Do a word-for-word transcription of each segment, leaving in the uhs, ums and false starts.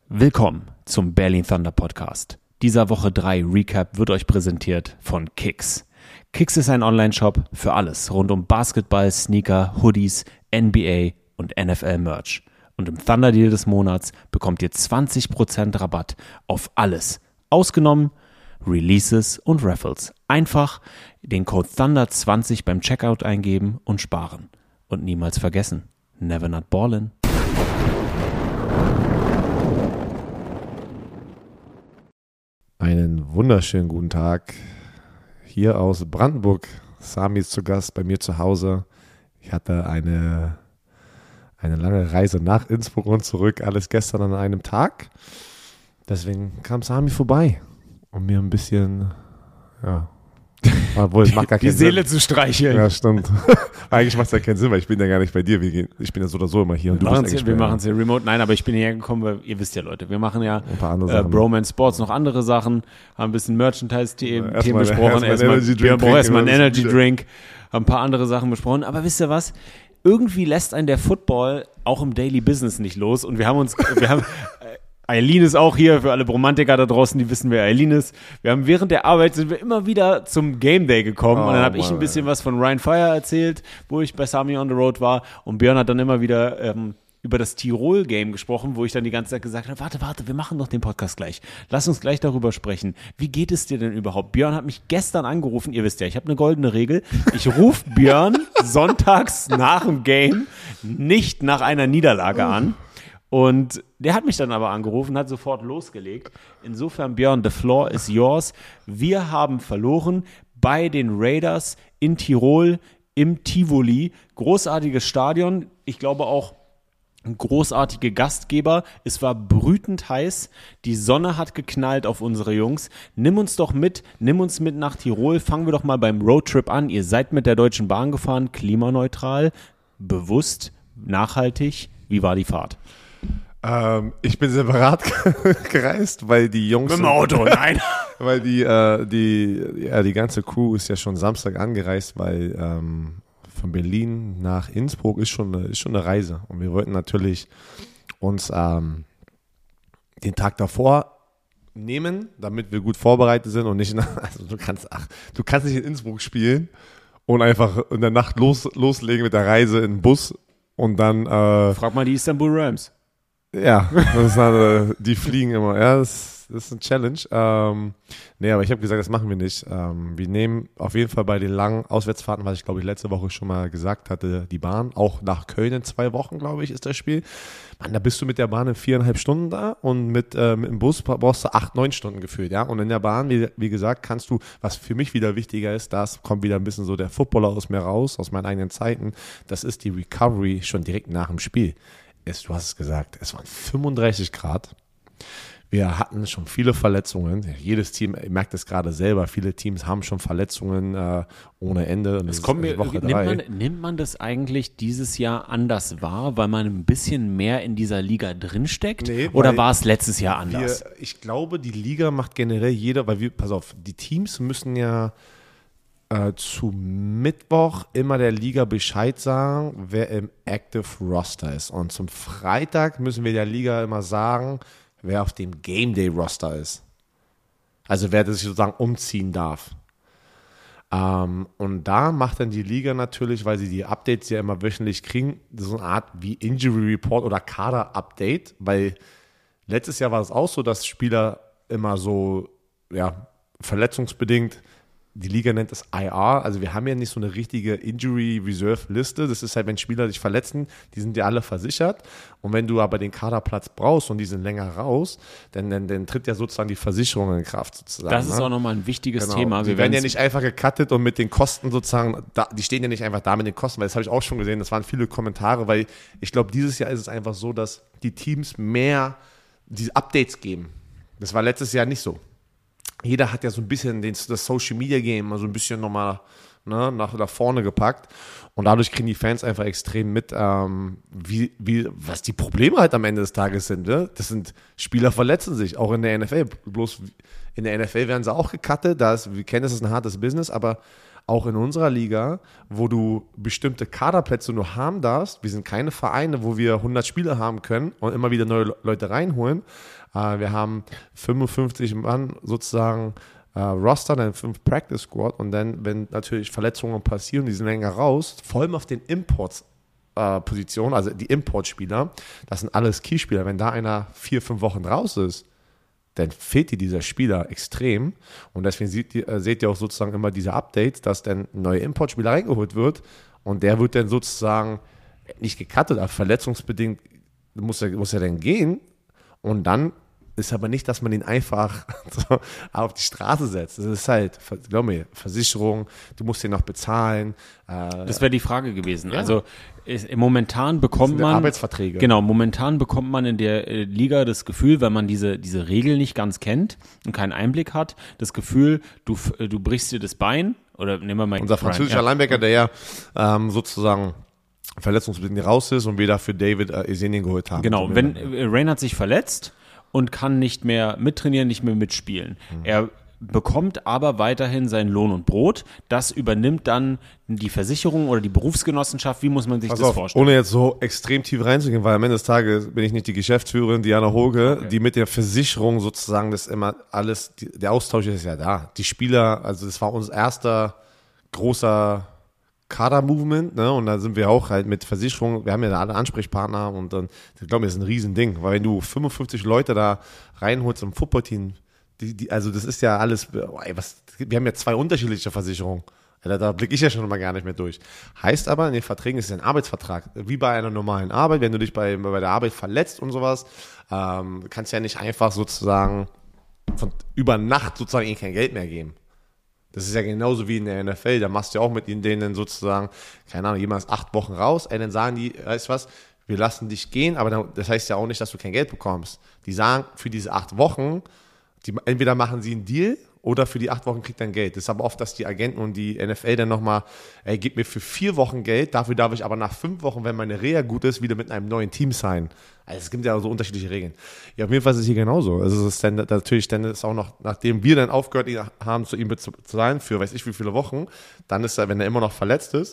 Willkommen zum Berlin Thunder Podcast. Dieser Woche drei Recap wird euch präsentiert von Kicks. Kicks ist ein Online-Shop für alles rund um Basketball, Sneaker, Hoodies, N B A und N F L-Merch. Und im Thunder Deal des Monats bekommt ihr zwanzig Prozent Rabatt auf alles, ausgenommen Releases und Raffles. Einfach den Code Thunder zwanzig beim Checkout eingeben und sparen. Und niemals vergessen, never not ballin'. Einen wunderschönen guten Tag hier aus Brandenburg. Sami ist zu Gast bei mir zu Hause. Ich hatte eine, eine lange Reise nach Innsbruck und zurück, alles gestern an einem Tag. Deswegen kam Sami vorbei, um mir ein bisschen, ja, obwohl es macht gar keinen die Seele Sinn. zu streicheln. Ja, stimmt. Eigentlich macht es ja keinen Sinn, weil ich bin ja gar nicht bei dir. Wir gehen, ich bin ja so oder so immer hier. Und wir du bist hier, wir machen es hier remote. Nein, aber ich bin hierher gekommen, weil ihr wisst ja, Leute, wir machen ja ein paar andere äh, Sachen. Bromance Sports, noch andere Sachen, haben ein bisschen Merchandise-Themen Ja, Themen erst mal- besprochen. erst mal einen Energy wir Drink brauchen erstmal einen trinken, Energy das Drink, haben ein paar andere Sachen besprochen. Aber wisst ihr was? Irgendwie lässt einen der Football auch im Daily Business nicht los. Und wir haben uns, wir haben, Eileen ist auch hier, für alle Bromantiker da draußen, die wissen, wer Eileen ist. Wir haben während der Arbeit sind wir immer wieder zum Game Day gekommen Oh, und dann habe ich Mann, ein bisschen was von Ryan Fire erzählt, wo ich bei Sami on the Road war und Björn hat dann immer wieder ähm, über das Tirol-Game gesprochen, wo ich dann die ganze Zeit gesagt habe, warte, warte, wir machen doch den Podcast gleich. Lass uns gleich darüber sprechen. Wie geht es dir denn überhaupt? Björn hat mich gestern angerufen, ihr wisst ja, ich habe eine goldene Regel. Ich rufe Björn sonntags nach dem Game nicht nach einer Niederlage an. Und der hat mich dann aber angerufen, hat sofort losgelegt. Insofern, Björn, the floor is yours. Wir haben verloren bei den Raiders in Tirol im Tivoli. Großartiges Stadion. Ich glaube auch großartige Gastgeber. Es war brütend heiß. Die Sonne hat geknallt auf unsere Jungs. Nimm uns doch mit, nimm uns mit nach Tirol. Fangen wir doch mal beim Roadtrip an. Ihr seid mit der Deutschen Bahn gefahren, klimaneutral, bewusst, nachhaltig. Wie war die Fahrt? Ähm, ich bin separat gereist, weil die Jungs... Mit dem Auto, nein. Weil die, äh, die, ja, die ganze Crew ist ja schon Samstag angereist, weil ähm, von Berlin nach Innsbruck ist schon, eine, ist schon eine Reise. Und wir wollten natürlich uns ähm, den Tag davor nehmen, damit wir gut vorbereitet sind und nicht nach, also du kannst, ach, du kannst nicht in Innsbruck spielen und einfach in der Nacht los, loslegen mit der Reise in den Bus und dann... Äh, Frag mal die Istanbul Rams. Ja, das ist halt, die fliegen immer. Ja, das, das ist eine Challenge. Ähm, nee, aber ich habe gesagt, das machen wir nicht. Ähm, wir nehmen auf jeden Fall bei den langen Auswärtsfahrten, was ich glaube ich letzte Woche schon mal gesagt hatte, die Bahn. Auch nach Köln in zwei Wochen, glaube ich, ist das Spiel. Mann, da bist du mit der Bahn in viereinhalb Stunden da und mit, äh, mit dem Bus brauchst du acht, neun Stunden gefühlt. Ja? Und in der Bahn, wie, wie gesagt, kannst du, was für mich wieder wichtiger ist, das kommt wieder ein bisschen so der Footballer aus mir raus, aus meinen eigenen Zeiten. Das ist die Recovery schon direkt nach dem Spiel. Es, du hast es gesagt, es waren fünfunddreißig Grad. Wir hatten schon viele Verletzungen. Jedes Team, ihr merkt es gerade selber, viele Teams haben schon Verletzungen äh, ohne Ende. Und es kommt mir, Woche nimmt, man, nimmt man das eigentlich dieses Jahr anders wahr, weil man ein bisschen mehr in dieser Liga drinsteckt? Nee, oder war es letztes Jahr anders? Wir, ich glaube, die Liga macht generell jeder, weil wir, pass auf, die Teams müssen ja Äh, zu Mittwoch immer der Liga Bescheid sagen, wer im Active Roster ist. Und zum Freitag müssen wir der Liga immer sagen, wer auf dem Game Day Roster ist. Also wer das sozusagen umziehen darf. Ähm, und da macht dann die Liga natürlich, weil sie die Updates ja immer wöchentlich kriegen, so eine Art wie Injury Report oder Kader-Update, weil letztes Jahr war es auch so, dass Spieler immer so, ja, verletzungsbedingt, die Liga nennt es I R, also wir haben ja nicht so eine richtige Injury Reserve Liste. Das ist halt, wenn Spieler sich verletzen, die sind ja alle versichert. Und wenn du aber den Kaderplatz brauchst und die sind länger raus, dann, dann, dann tritt ja sozusagen die Versicherung in Kraft sozusagen. Das ist ne? auch nochmal ein wichtiges genau. Thema. Die wir werden ja nicht einfach gecuttet und mit den Kosten sozusagen, da, die stehen ja nicht einfach da mit den Kosten, weil das habe ich auch schon gesehen, das waren viele Kommentare, weil ich glaube, dieses Jahr ist es einfach so, dass die Teams mehr diese Updates geben. Das war letztes Jahr nicht so. Jeder hat ja so ein bisschen den, das Social Media Game mal so ein bisschen nochmal ne, nach, nach vorne gepackt und dadurch kriegen die Fans einfach extrem mit, ähm, wie, wie, was die Probleme halt am Ende des Tages sind. Ne? Das sind, Spieler verletzen sich, auch in der N F L. Bloß in der N F L werden sie auch gecuttet, da ist, wir kennen, das ist ein hartes Business, aber auch in unserer Liga, wo du bestimmte Kaderplätze nur haben darfst. Wir sind keine Vereine, wo wir hundert Spieler haben können und immer wieder neue Leute reinholen. Äh, wir haben fünfundfünfzig Mann sozusagen äh, Roster, dann fünf Practice Squad und dann, wenn natürlich Verletzungen passieren, die sind länger raus, vor allem auf den Imports äh, Positionen, also die Importspieler, das sind alles Keyspieler. Wenn da einer vier, fünf Wochen raus ist, dann fehlt dir dieser Spieler extrem und deswegen seht ihr, äh, seht ihr auch sozusagen immer diese Updates, dass dann ein neuer Importspieler reingeholt wird und der wird dann sozusagen nicht gecuttet, aber verletzungsbedingt muss er, muss er dann gehen und dann ist aber nicht, dass man ihn einfach so auf die Straße setzt. Das ist halt, glaub mir, Versicherung, du musst den noch bezahlen. Äh, das wäre die Frage gewesen. Ja. Also ist, momentan bekommt das sind man Arbeitsverträge. Genau, momentan bekommt man in der äh, Liga das Gefühl, wenn man diese diese Regel nicht ganz kennt und keinen Einblick hat, das Gefühl, du äh, du brichst dir das Bein oder nehmen wir mal Unser französischer ja. Linebacker, der ja ähm, sozusagen verletzungsbedingt raus ist und wir dafür David äh, Esenien geholt haben. Genau, wenn äh, Rain hat sich verletzt und kann nicht mehr mittrainieren, nicht mehr mitspielen. Mhm. Er bekommt aber weiterhin sein Lohn und Brot. Das übernimmt dann die Versicherung oder die Berufsgenossenschaft. Wie muss man sich Pass das auf, vorstellen? Ohne jetzt so extrem tief reinzugehen, weil am Ende des Tages bin ich nicht die Geschäftsführerin Diana Hoge, okay. die mit der Versicherung sozusagen das immer alles, die, der Austausch ist ja da. Die Spieler, also das war unser erster großer Kader-Movement, ne, und da sind wir auch halt mit Versicherung, wir haben ja alle Ansprechpartner und dann, ich glaube, das ist ein Riesending, weil wenn du fünfundfünfzig Leute da reinholst im Footballteam, die, die, also das ist ja alles, ey, was, wir haben ja zwei unterschiedliche Versicherungen, da, da blicke ich ja schon mal gar nicht mehr durch. Heißt aber, in den Verträgen ist es ein Arbeitsvertrag, wie bei einer normalen Arbeit, wenn du dich bei, bei der Arbeit verletzt und sowas, ähm, kannst ja nicht einfach sozusagen von über Nacht sozusagen ihnen kein Geld mehr geben. Das ist ja genauso wie in der N F L, da machst du ja auch mit denen sozusagen, keine Ahnung, jemand ist acht Wochen raus, ey, dann sagen die, weißt du was, wir lassen dich gehen, aber dann, das heißt ja auch nicht, dass du kein Geld bekommst. Die sagen, für diese acht Wochen, die, entweder machen sie einen Deal oder für die acht Wochen kriegt er ein Geld. Das ist aber oft, dass die Agenten und die N F L dann nochmal, ey, gib mir für vier Wochen Geld, dafür darf ich aber nach fünf Wochen, wenn meine Reha gut ist, wieder mit einem neuen Team sein. Also es gibt ja so unterschiedliche Regeln. Ja, auf jeden Fall ist es hier genauso. Also es ist dann natürlich dann ist auch noch, nachdem wir dann aufgehört haben, zu ihm zu zahlen für weiß ich wie viele Wochen, dann ist er, wenn er immer noch verletzt ist,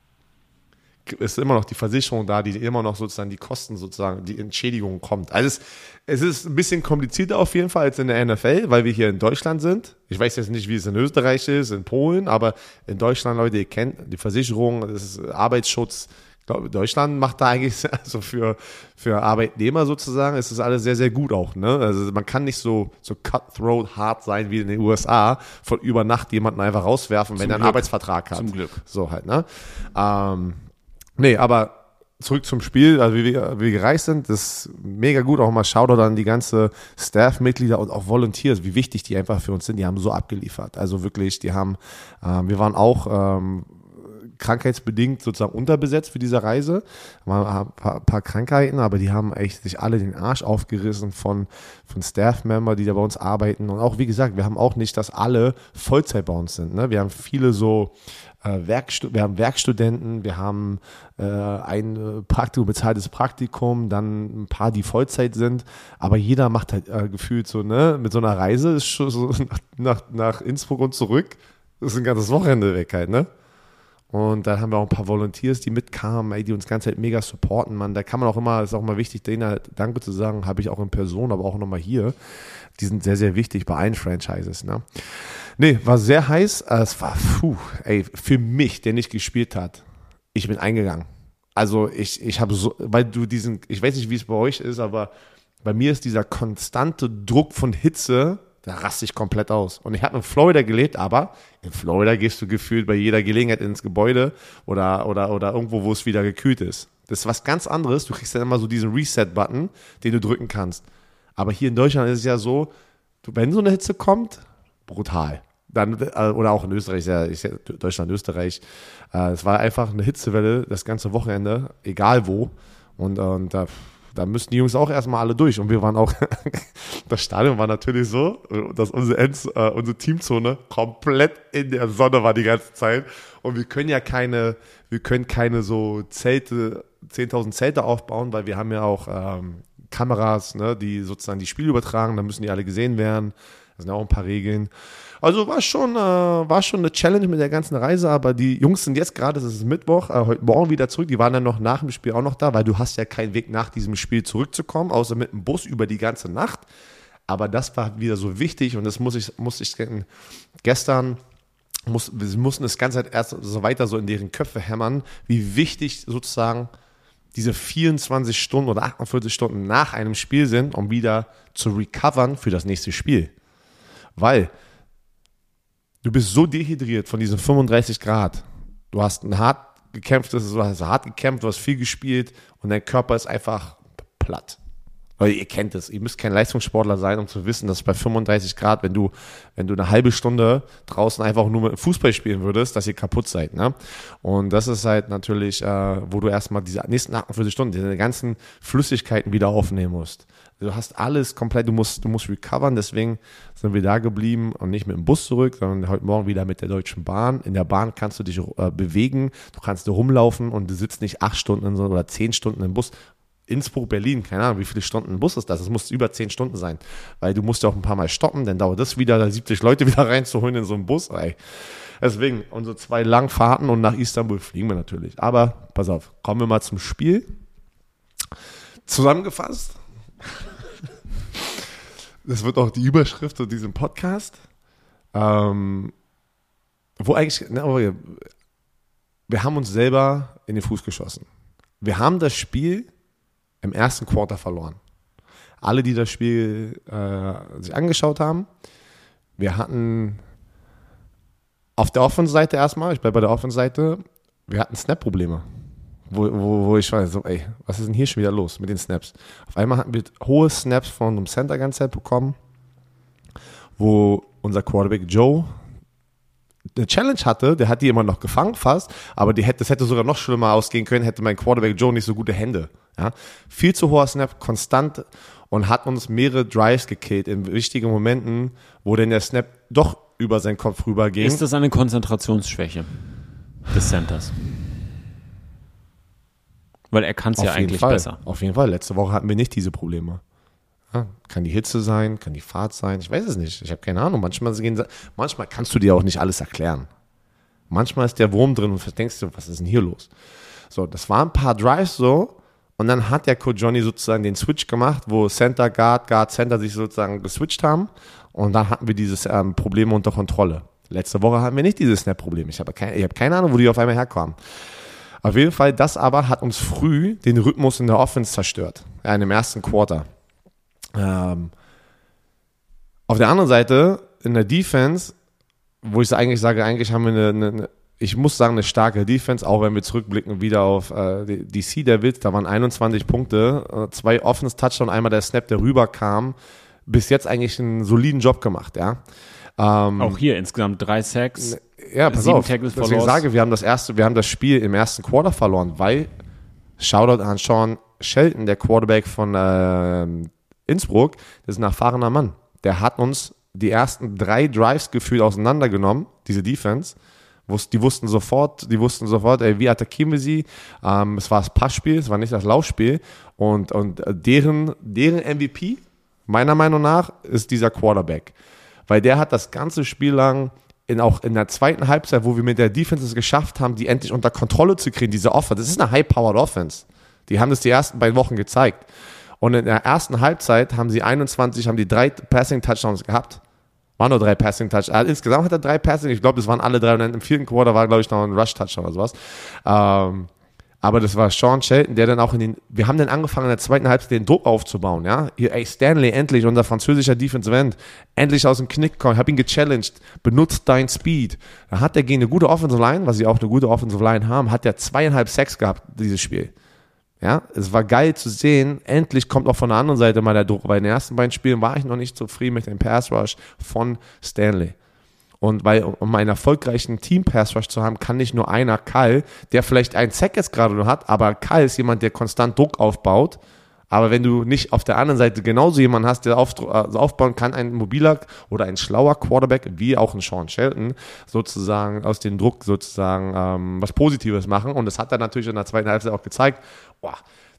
ist immer noch die Versicherung da, die immer noch sozusagen die Kosten sozusagen, die Entschädigung kommt. Also es, es ist ein bisschen komplizierter auf jeden Fall als in der N F L, weil wir hier in Deutschland sind. Ich weiß jetzt nicht, wie es in Österreich ist, in Polen, aber in Deutschland, Leute, ihr kennt die Versicherung, das ist Arbeitsschutz. Ich glaube, Deutschland macht da eigentlich, also für, für Arbeitnehmer sozusagen, ist das alles sehr, sehr gut auch, ne? Also man kann nicht so, so cutthroat hart sein wie in den U S A, von über Nacht jemanden einfach rauswerfen, wenn er einen Glück. Arbeitsvertrag hat. Zum Glück. So halt, ne? Ähm, nee, aber zurück zum Spiel, also wie wir, wie wir gereist sind, das ist mega gut, auch mal Shoutout an die ganze Staff-Mitglieder und auch Volunteers, wie wichtig die einfach für uns sind, die haben so abgeliefert, also wirklich, die haben, ähm, wir waren auch ähm, krankheitsbedingt sozusagen unterbesetzt für diese Reise. Ein paar, paar Krankheiten, aber die haben echt sich alle den Arsch aufgerissen von, von Staff-Member, die da bei uns arbeiten. Und auch, wie gesagt, wir haben auch nicht, dass alle Vollzeit bei uns sind. Ne? Wir haben viele so äh, Werkstu- wir haben Werkstudenten, wir haben äh, ein Praktikum, bezahltes Praktikum, dann ein paar, die Vollzeit sind. Aber jeder macht halt äh, gefühlt so, ne, mit so einer Reise ist schon so nach, nach Innsbruck und zurück, das ist ein ganzes Wochenende weg halt, ne? Und dann haben wir auch ein paar Volunteers, die mitkamen, ey, die uns die ganze Zeit mega supporten, Mann. Da kann man auch immer, ist auch mal wichtig, denen halt Danke zu sagen, habe ich auch in Person, aber auch nochmal hier. Die sind sehr, sehr wichtig bei allen Franchises, ne? Nee, war sehr heiß. Es war, puh, ey, für mich, der nicht gespielt hat, ich bin eingegangen. Also ich, ich habe so, weil du diesen, ich weiß nicht, wie es bei euch ist, aber bei mir ist dieser konstante Druck von Hitze, da raste ich komplett aus. Und ich habe in Florida gelebt, aber in Florida gehst du gefühlt bei jeder Gelegenheit ins Gebäude oder, oder, oder irgendwo, wo es wieder gekühlt ist. Das ist was ganz anderes. Du kriegst dann immer so diesen Reset-Button, den du drücken kannst. Aber hier in Deutschland ist es ja so, du, wenn so eine Hitze kommt, brutal. Dann, oder auch in Österreich, ja, ich, Deutschland, Österreich. Es war einfach eine Hitzewelle das ganze Wochenende, egal wo. Und, und da, da müssten die Jungs auch erstmal alle durch. Und wir waren auch, das Stadion war natürlich so, dass unsere, Ends, äh, unsere Teamzone komplett in der Sonne war die ganze Zeit. Und wir können ja keine, wir können keine so Zelte, zehntausend Zelte aufbauen, weil wir haben ja auch ähm, Kameras, ne, die sozusagen die Spiele übertragen, da müssen die alle gesehen werden. Das sind auch ein paar Regeln. Also war schon, äh, war schon eine Challenge mit der ganzen Reise, aber die Jungs sind jetzt gerade, das ist Mittwoch, äh, heute Morgen wieder zurück. Die waren dann noch nach dem Spiel auch noch da, weil du hast ja keinen Weg nach diesem Spiel zurückzukommen, außer mit dem Bus über die ganze Nacht. Aber das war wieder so wichtig und das muss ich, muss ich gestern, muss, wir mussten das Ganze halt erst so weiter so in deren Köpfe hämmern, wie wichtig sozusagen diese vierundzwanzig Stunden oder achtundvierzig Stunden nach einem Spiel sind, um wieder zu recovern für das nächste Spiel. Weil du bist so dehydriert von diesen fünfunddreißig Grad. Du hast ein hart gekämpftes, du hast hart gekämpft, du hast viel gespielt und dein Körper ist einfach platt. Weil ihr kennt es, ihr müsst kein Leistungssportler sein, um zu wissen, dass bei fünfunddreißig Grad, wenn du, wenn du eine halbe Stunde draußen einfach nur mit Fußball spielen würdest, dass ihr kaputt seid. Ne? Und das ist halt natürlich, äh, wo du erstmal diese nächsten achtundvierzig Stunden, diese ganzen Flüssigkeiten wieder aufnehmen musst. Du hast alles komplett, du musst, du musst recovern, deswegen sind wir da geblieben und nicht mit dem Bus zurück, sondern heute Morgen wieder mit der Deutschen Bahn. In der Bahn kannst du dich äh, bewegen, du kannst da rumlaufen und du sitzt nicht acht Stunden in so, oder zehn Stunden im Bus. Innsbruck, Berlin, keine Ahnung, wie viele Stunden ein Bus ist das? Es muss über zehn Stunden sein, weil du musst ja auch ein paar Mal stoppen, dann dauert das wieder, da siebzig Leute wieder reinzuholen in so einen Bus. Ey. Deswegen, unsere zwei langen Fahrten und nach Istanbul fliegen wir natürlich. Aber, pass auf, kommen wir mal zum Spiel. Zusammengefasst, das wird auch die Überschrift zu diesem Podcast, ähm, wo eigentlich, na, wir, wir haben uns selber in den Fuß geschossen. Wir haben das Spiel im ersten Quarter verloren. Alle, die das Spiel äh, sich angeschaut haben, wir hatten auf der Offense-Seite erstmal, ich bleibe bei der Offense-Seite, wir hatten Snap-Probleme. Wo, wo, wo ich war so, ey, was ist denn hier schon wieder los mit den Snaps? Auf einmal hatten wir hohe Snaps von einem Center ganze Zeit bekommen, wo unser Quarterback Joe eine Challenge hatte, der hat die immer noch gefangen fast, aber die hätte, das hätte sogar noch schlimmer ausgehen können, hätte mein Quarterback Joe nicht so gute Hände. Ja? Viel zu hoher Snap, konstant und hat uns mehrere Drives gekillt in wichtigen Momenten, wo denn der Snap doch über seinen Kopf rüber ging. Ist das eine Konzentrationsschwäche des Centers? Weil er kann es ja eigentlich Fall. besser. Auf jeden Fall. Letzte Woche hatten wir nicht diese Probleme. Ja, kann die Hitze sein, kann die Fahrt sein, ich weiß es nicht. Ich habe keine Ahnung. Manchmal, manchmal kannst du dir auch nicht alles erklären. Manchmal ist der Wurm drin und denkst du, was ist denn hier los? So, das waren ein paar Drives so und dann hat der Coach Johnny sozusagen den Switch gemacht, wo Center, Guard, Guard, Center sich sozusagen geswitcht haben und dann hatten wir dieses ähm, Problem unter Kontrolle. Letzte Woche hatten wir nicht dieses Snap-Problem. Ich habe keine, hab keine Ahnung, wo die auf einmal herkamen. Auf jeden Fall, das aber hat uns früh den Rhythmus in der Offense zerstört. Ja, in dem ersten Quarter. Ähm, auf der anderen Seite, in der Defense, wo ich eigentlich sage, eigentlich haben wir eine, eine, ich muss sagen, eine starke Defense, auch wenn wir zurückblicken wieder auf äh, die, die Sea Devils, da waren einundzwanzig Punkte, äh, zwei Offense-Touchdowns, einmal der Snap, der rüberkam, bis jetzt eigentlich einen soliden Job gemacht, ja. Ähm, auch hier insgesamt drei Sacks, ja, pass sieben auf, Tackles for deswegen Loss. sage, wir haben das erste, wir haben das Spiel im ersten Quarter verloren, weil, Shoutout an Sean Shelton, der Quarterback von äh, Innsbruck, das ist ein erfahrener Mann. Der hat uns die ersten drei Drives gefühlt auseinandergenommen, diese Defense. Die wussten sofort, die wussten sofort, ey, wie attackieren wir sie? Ähm, es war das Passspiel, es war nicht das Laufspiel. Und, und deren, deren M V P, meiner Meinung nach, ist dieser Quarterback. Weil der hat das ganze Spiel lang, in, auch in der zweiten Halbzeit, wo wir mit der Defense es geschafft haben, die endlich unter Kontrolle zu kriegen, diese Offense. Das ist eine High-Powered Offense. Die haben das die ersten beiden Wochen gezeigt. Und in der ersten Halbzeit haben sie einundzwanzig, haben die drei Passing-Touchdowns gehabt. Waren nur drei Passing-Touchdowns. Also insgesamt hat er drei Passing, ich glaube, das waren alle drei. Und dann im vierten Quarter war, glaube ich, noch ein Rush-Touchdown oder sowas. Ähm, aber das war Sean Shelton, der dann auch in den, wir haben dann angefangen in der zweiten Halbzeit den Druck aufzubauen, ja. Hier, ey, Stanley, endlich, unser französischer Defensive End, endlich aus dem Knick gekommen, ich habe ihn gechallenged, benutzt dein Speed. Da hat der gegen eine gute Offensive Line, was sie auch eine gute Offensive Line haben, hat der zweieinhalb Sacks gehabt, dieses Spiel. Ja, es war geil zu sehen, endlich kommt auch von der anderen Seite mal der Druck, weil in den ersten beiden Spielen war ich noch nicht zufrieden mit dem Pass Rush von Stanley. Und weil, um einen erfolgreichen Team-Pass Rush zu haben, kann nicht nur einer, Kyle, der vielleicht einen Sack jetzt gerade nur hat, aber Kyle ist jemand, der konstant Druck aufbaut. Aber wenn du nicht auf der anderen Seite genauso jemanden hast, der auf, also aufbauen kann, ein mobiler oder ein schlauer Quarterback, wie auch ein Sean Shelton, sozusagen aus dem Druck sozusagen ähm, was Positives machen. Und das hat er natürlich in der zweiten Halbzeit auch gezeigt. Boah,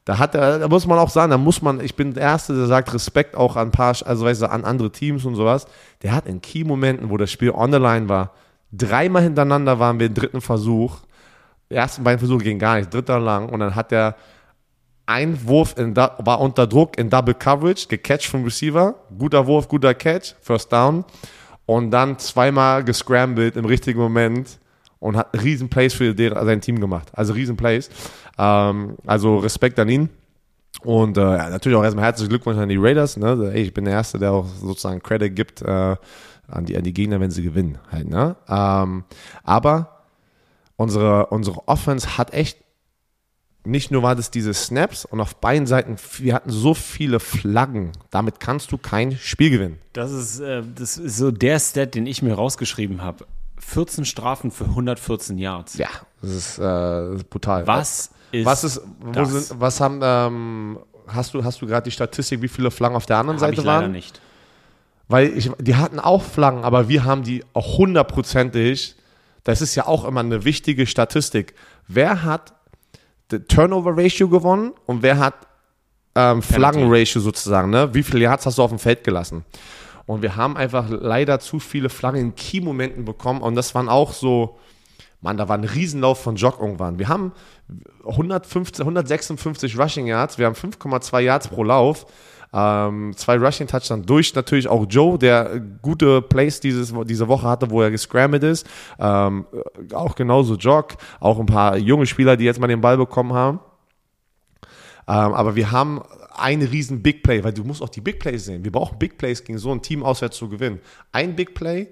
Da hat er, da muss man auch sagen, da muss man, ich bin der Erste, der sagt Respekt auch an ein paar, also weißt du, an andere Teams und sowas. Der hat in Key-Momenten, wo das Spiel on the line war, dreimal hintereinander waren wir im dritten Versuch. Die ersten beiden Versuche gingen gar nicht, dritter lang. Und dann hat er einen Wurf, in da, war unter Druck in Double Coverage, gecatcht vom Receiver. Guter Wurf, guter Catch, First Down. Und dann zweimal gescrambled im richtigen Moment und hat riesen Plays für sein Team gemacht. Also riesen Plays. Ähm, also Respekt an ihn. Und äh, ja, natürlich auch erstmal herzlichen Glückwunsch an die Raiders. Ne? Ey, ich bin der Erste, der auch sozusagen Credit gibt äh, an, die, an die Gegner, wenn sie gewinnen. Halt, ne? ähm, aber unsere, unsere Offense hat echt, nicht nur war das diese Snaps und auf beiden Seiten, wir hatten so viele Flaggen. Damit kannst du kein Spiel gewinnen. Das ist, äh, das ist so der Stat, den ich mir rausgeschrieben habe. vierzehn Strafen für hundertvierzehn Yards. Ja, das ist, äh, das ist brutal. Was ist was ist, wo das? sind, was haben, ähm, hast du, hast du gerade die Statistik, wie viele Flaggen auf der anderen Hab Seite ich leider waren? nicht. Weil ich, die hatten auch Flaggen, aber wir haben die auch hundertprozentig. Das ist ja auch immer eine wichtige Statistik. Wer hat die Turnover-Ratio gewonnen und wer hat ähm, Flaggen-Ratio sozusagen? Ne? Wie viele Yards hast du auf dem Feld gelassen? Und wir haben einfach leider zu viele Flaggen in Key-Momenten bekommen und das waren auch so, Mann, da war ein Riesenlauf von Jock irgendwann. Wir haben hundertfünfzig, hundertsechsundfünfzig Rushing Yards, wir haben fünf Komma zwei Yards pro Lauf, ähm, zwei Rushing Touchdowns durch natürlich auch Joe, der gute Plays dieses, diese Woche hatte, wo er gescrambled ist, ähm, auch genauso Jock, auch ein paar junge Spieler, die jetzt mal den Ball bekommen haben. Ähm, aber wir haben ein riesen Big Play, weil du musst auch die Big Plays sehen. Wir brauchen Big Plays gegen so ein Team auswärts zu gewinnen. Ein Big Play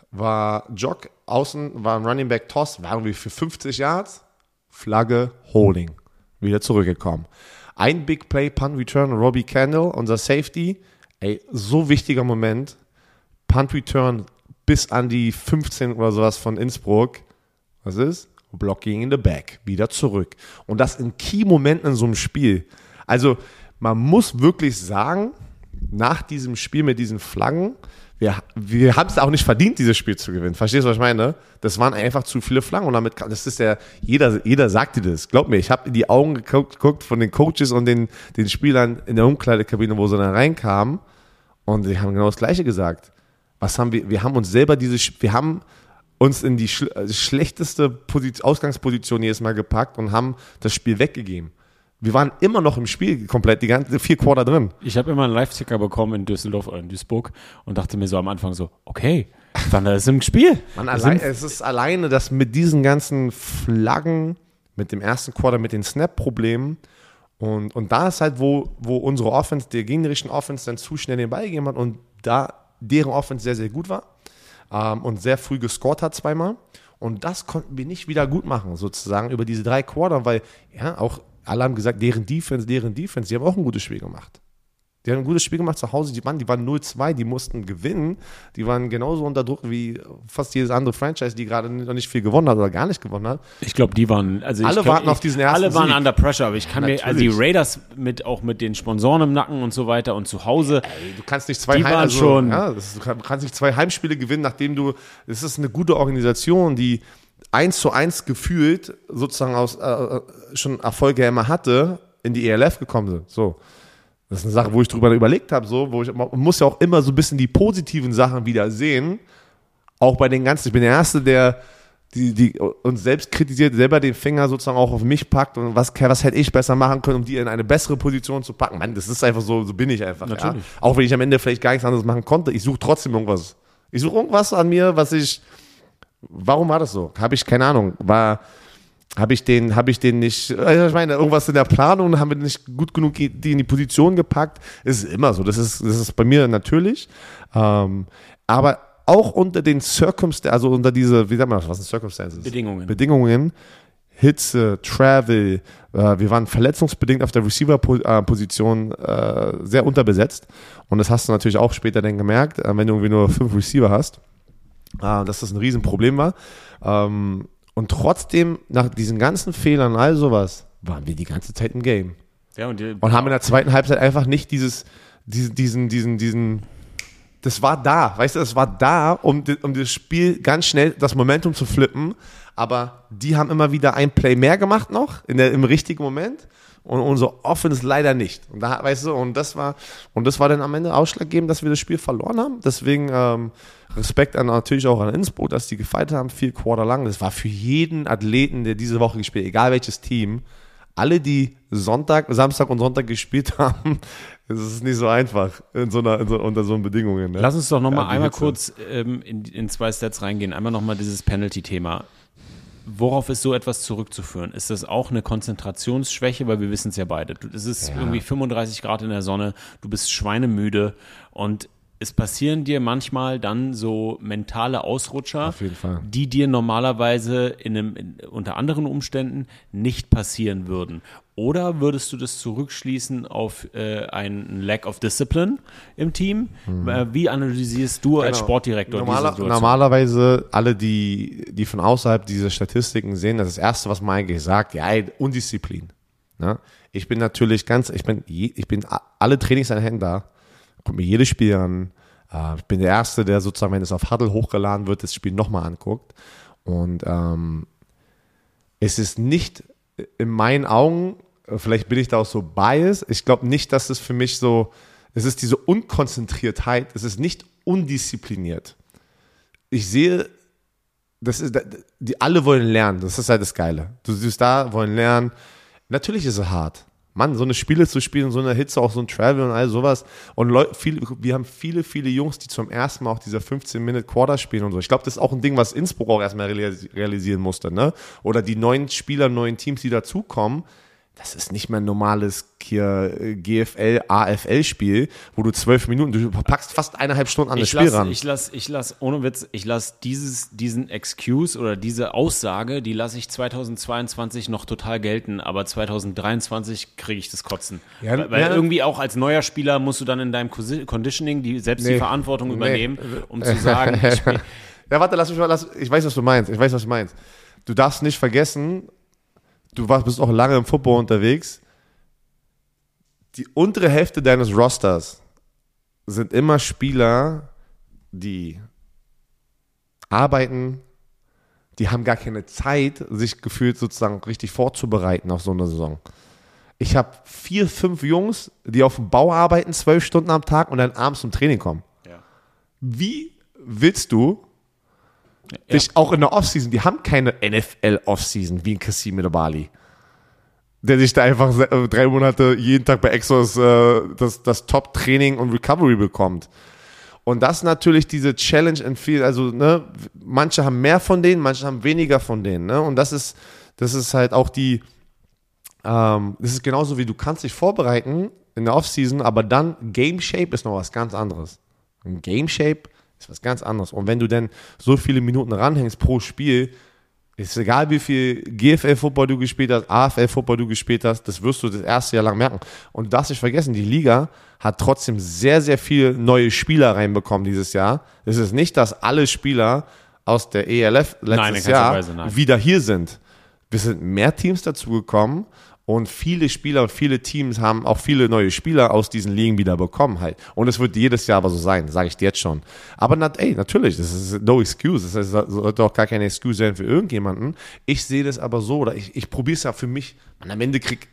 war Jock, außen war ein Running Back Toss, war irgendwie für fünfzig Yards, Flagge, Holding, wieder zurückgekommen. Ein Big Play, Punt Return, Robbie Kendall, unser Safety, ey, so wichtiger Moment, Punt Return bis an die fünfzehn oder sowas von Innsbruck, was ist? Blocking in the back, wieder zurück. Und das in Key-Momenten in so einem Spiel. Also man muss wirklich sagen, nach diesem Spiel mit diesen Flaggen, wir, wir haben es auch nicht verdient, dieses Spiel zu gewinnen. Verstehst du, was ich meine? Das waren einfach zu viele Flaggen und damit, das ist ja, jeder, jeder sagt dir das. Glaub mir, ich habe in die Augen geguckt, geguckt von den Coaches und den, den Spielern in der Umkleidekabine, wo sie dann reinkamen und die haben genau das Gleiche gesagt. Was haben wir, wir haben uns selber diese, wir haben uns in die schl- schlechteste Position, Ausgangsposition jedes Mal gepackt und haben das Spiel weggegeben. Wir waren immer noch im Spiel komplett, die ganzen vier Quarter drin. Ich habe immer einen Live-Ticker bekommen in Düsseldorf oder in Duisburg und dachte mir so am Anfang so, okay, dann ist im Spiel. Man, allein, es ist alleine, dass mit diesen ganzen Flaggen, mit dem ersten Quarter, mit den Snap-Problemen und, und da ist halt, wo, wo unsere Offense, der gegnerischen Offense dann zu schnell den Ball gegeben hat und da deren Offense sehr, sehr gut war ähm, und sehr früh gescored hat zweimal und das konnten wir nicht wieder gut machen, sozusagen über diese drei Quarter, weil ja auch alle haben gesagt, deren Defense, deren Defense, die haben auch ein gutes Spiel gemacht. Die haben ein gutes Spiel gemacht zu Hause, die waren, die waren null zwei, die mussten gewinnen, die waren genauso unter Druck wie fast jedes andere Franchise, die gerade noch nicht viel gewonnen hat oder gar nicht gewonnen hat. Ich glaube, die waren, also alle ich warten kann, auf diesen ersten Alle waren Sieg. under pressure, aber ich kann Natürlich. mir, also die Raiders mit, auch mit den Sponsoren im Nacken und so weiter und zu Hause. Ey, du kannst nicht zwei Die Heim, waren also, schon- ja, das, du kannst nicht zwei Heimspiele gewinnen, nachdem du, es ist eine gute Organisation, die eins zu eins gefühlt sozusagen aus äh, schon Erfolge immer hatte, in die E L F gekommen sind. So. Das ist eine Sache, wo ich drüber überlegt habe, so, wo ich, man muss ja auch immer so ein bisschen die positiven Sachen wieder sehen. Auch bei den ganzen, ich bin der Erste, der die, die uns selbst kritisiert, selber den Finger sozusagen auch auf mich packt und was, was hätte ich besser machen können, um die in eine bessere Position zu packen. Mann, das ist einfach so, so bin ich einfach. Natürlich. Ja? Auch wenn ich am Ende vielleicht gar nichts anderes machen konnte, ich suche trotzdem irgendwas. Ich suche irgendwas an mir, was ich, warum war das so? Habe ich, keine Ahnung, war, habe ich den, habe ich den nicht, ich meine, irgendwas in der Planung, haben wir nicht gut genug die in die Position gepackt. Es ist immer so, das ist, das ist bei mir natürlich. Ähm, aber auch unter den Circumstances, also unter diese, wie sagt man das, was sind Circumstances? Bedingungen. Bedingungen, Hitze, Travel, äh, wir waren verletzungsbedingt auf der Receiver-Position äh, sehr unterbesetzt. Und das hast du natürlich auch später dann gemerkt, äh, wenn du irgendwie nur fünf Receiver hast, äh, dass das ein Riesenproblem war. Ähm, Und trotzdem, nach diesen ganzen Fehlern und all sowas, waren wir die ganze Zeit im Game. Ja, und, die, Und haben in der zweiten Halbzeit einfach nicht dieses, diesen, diesen, diesen, diesen, das war da, weißt du, das war da, um, um das Spiel ganz schnell, das Momentum zu flippen, aber die haben immer wieder ein Play mehr gemacht noch, in der, im richtigen Moment und unsere Offense leider nicht. Und da, weißt du, und das war, und das war dann am Ende ausschlaggebend, dass wir das Spiel verloren haben. Deswegen ähm, Respekt an, natürlich auch an Innsbruck, dass die gefightet haben, vier Quarter lang. Das war für jeden Athleten, der diese Woche gespielt hat, egal welches Team, alle, die Sonntag, Samstag und Sonntag gespielt haben, es ist nicht so einfach in so einer, in so, unter so Bedingungen. Ne? Lass uns doch nochmal ja, einmal Hitze. kurz ähm, in, in zwei Stats reingehen. Einmal nochmal dieses Penalty-Thema. Worauf ist so etwas zurückzuführen? Ist das auch eine Konzentrationsschwäche? Weil wir wissen es ja beide. Es ist Ja. irgendwie fünfunddreißig Grad in der Sonne, du bist schweinemüde und es passieren dir manchmal dann so mentale Ausrutscher, Auf jeden Fall. die dir normalerweise in einem, in, unter anderen Umständen nicht passieren würden. Oder würdest du das zurückschließen auf äh, einen Lack of Discipline im Team? Mhm. Äh, wie analysierst du als Genau. Sportdirektor Normaler, diese Situation? Normalerweise alle, die, die von außerhalb diese Statistiken sehen, das ist das Erste, was man eigentlich sagt, ja, ey, Undisziplin. Ne? Ich bin natürlich ganz, ich bin, je, ich bin alle Trainingseinheiten da, gucke mir jedes Spiel an. Äh, ich bin der Erste, der sozusagen, wenn es auf Huddle hochgeladen wird, das Spiel nochmal anguckt. Und ähm, es ist nicht in meinen Augen, vielleicht bin ich da auch so biased, ich glaube nicht, dass es für mich so, es ist diese Unkonzentriertheit, es ist nicht undiszipliniert. Ich sehe, das ist, die alle wollen lernen, das ist halt das Geile. Du siehst da, wollen lernen. Natürlich ist es hart. Mann, so eine Spiele zu spielen, so eine Hitze, auch so ein Travel und all sowas. Und Leute, viele, wir haben viele, viele Jungs, die zum ersten Mal auch dieser fünfzehn-Minute-Quarter spielen und so. Ich glaube, das ist auch ein Ding, was Innsbruck auch erstmal realisieren musste, ne? Oder die neuen Spieler, neuen Teams, die dazukommen. Das ist nicht mehr ein normales hier G F L, A F L-Spiel, wo du zwölf Minuten, du packst fast eineinhalb Stunden an das Spiel lass, ran. Ich lasse, ich lass, ohne Witz, ich lasse dieses, diesen Excuse oder diese Aussage, die lasse ich zweitausendzweiundzwanzig noch total gelten, aber zweitausenddreiundzwanzig kriege ich das Kotzen. Ja, weil weil ja. irgendwie auch als neuer Spieler musst du dann in deinem Conditioning die, selbst Nee. die Verantwortung Nee. übernehmen, um zu sagen, ich spiel, Ja, warte, lass mich mal, lass, ich weiß, was du meinst. Ich weiß, was du meinst. Du darfst nicht vergessen, du warst, bist auch lange im Football unterwegs. Die untere Hälfte deines Rosters sind immer Spieler, die arbeiten, die haben gar keine Zeit, sich gefühlt sozusagen richtig vorzubereiten auf so eine Saison. Ich habe vier, fünf Jungs, die auf dem Bau arbeiten, zwölf Stunden am Tag und dann abends zum Training kommen. ja. Wie willst du Ja. dich auch in der Offseason, die haben keine N F L-Offseason wie in Kassim Bali, der sich da einfach se- äh, drei Monate jeden Tag bei Exos äh, das, das Top-Training und Recovery bekommt. Und das ist natürlich diese Challenge in viel, also ne, manche haben mehr von denen, manche haben weniger von denen. Ne? Und das ist, das ist halt auch die, ähm, das ist genauso wie du kannst dich vorbereiten in der Offseason, aber dann Game Shape ist noch was ganz anderes. Ein Game Shape ist was ganz anderes. Und wenn du dann so viele Minuten ranhängst pro Spiel, ist egal, wie viel G F L-Football du gespielt hast, A F L-Football du gespielt hast, das wirst du das erste Jahr lang merken. Und du darfst nicht vergessen, die Liga hat trotzdem sehr, sehr viele neue Spieler reinbekommen dieses Jahr. Es ist nicht, dass alle Spieler aus der E L F Nein, in letztes keinster Jahr Weise, nein. wieder hier sind. Wir sind mehr Teams dazugekommen und viele Spieler und viele Teams haben auch viele neue Spieler aus diesen Ligen wieder bekommen halt. Und es wird jedes Jahr aber so sein, sage ich dir jetzt schon. Aber nat, ey, natürlich, das ist no excuse. Das sollte auch gar keine Excuse sein für irgendjemanden. Ich sehe das aber so, oder ich, ich probiere es ja für mich. Und am Ende krieg,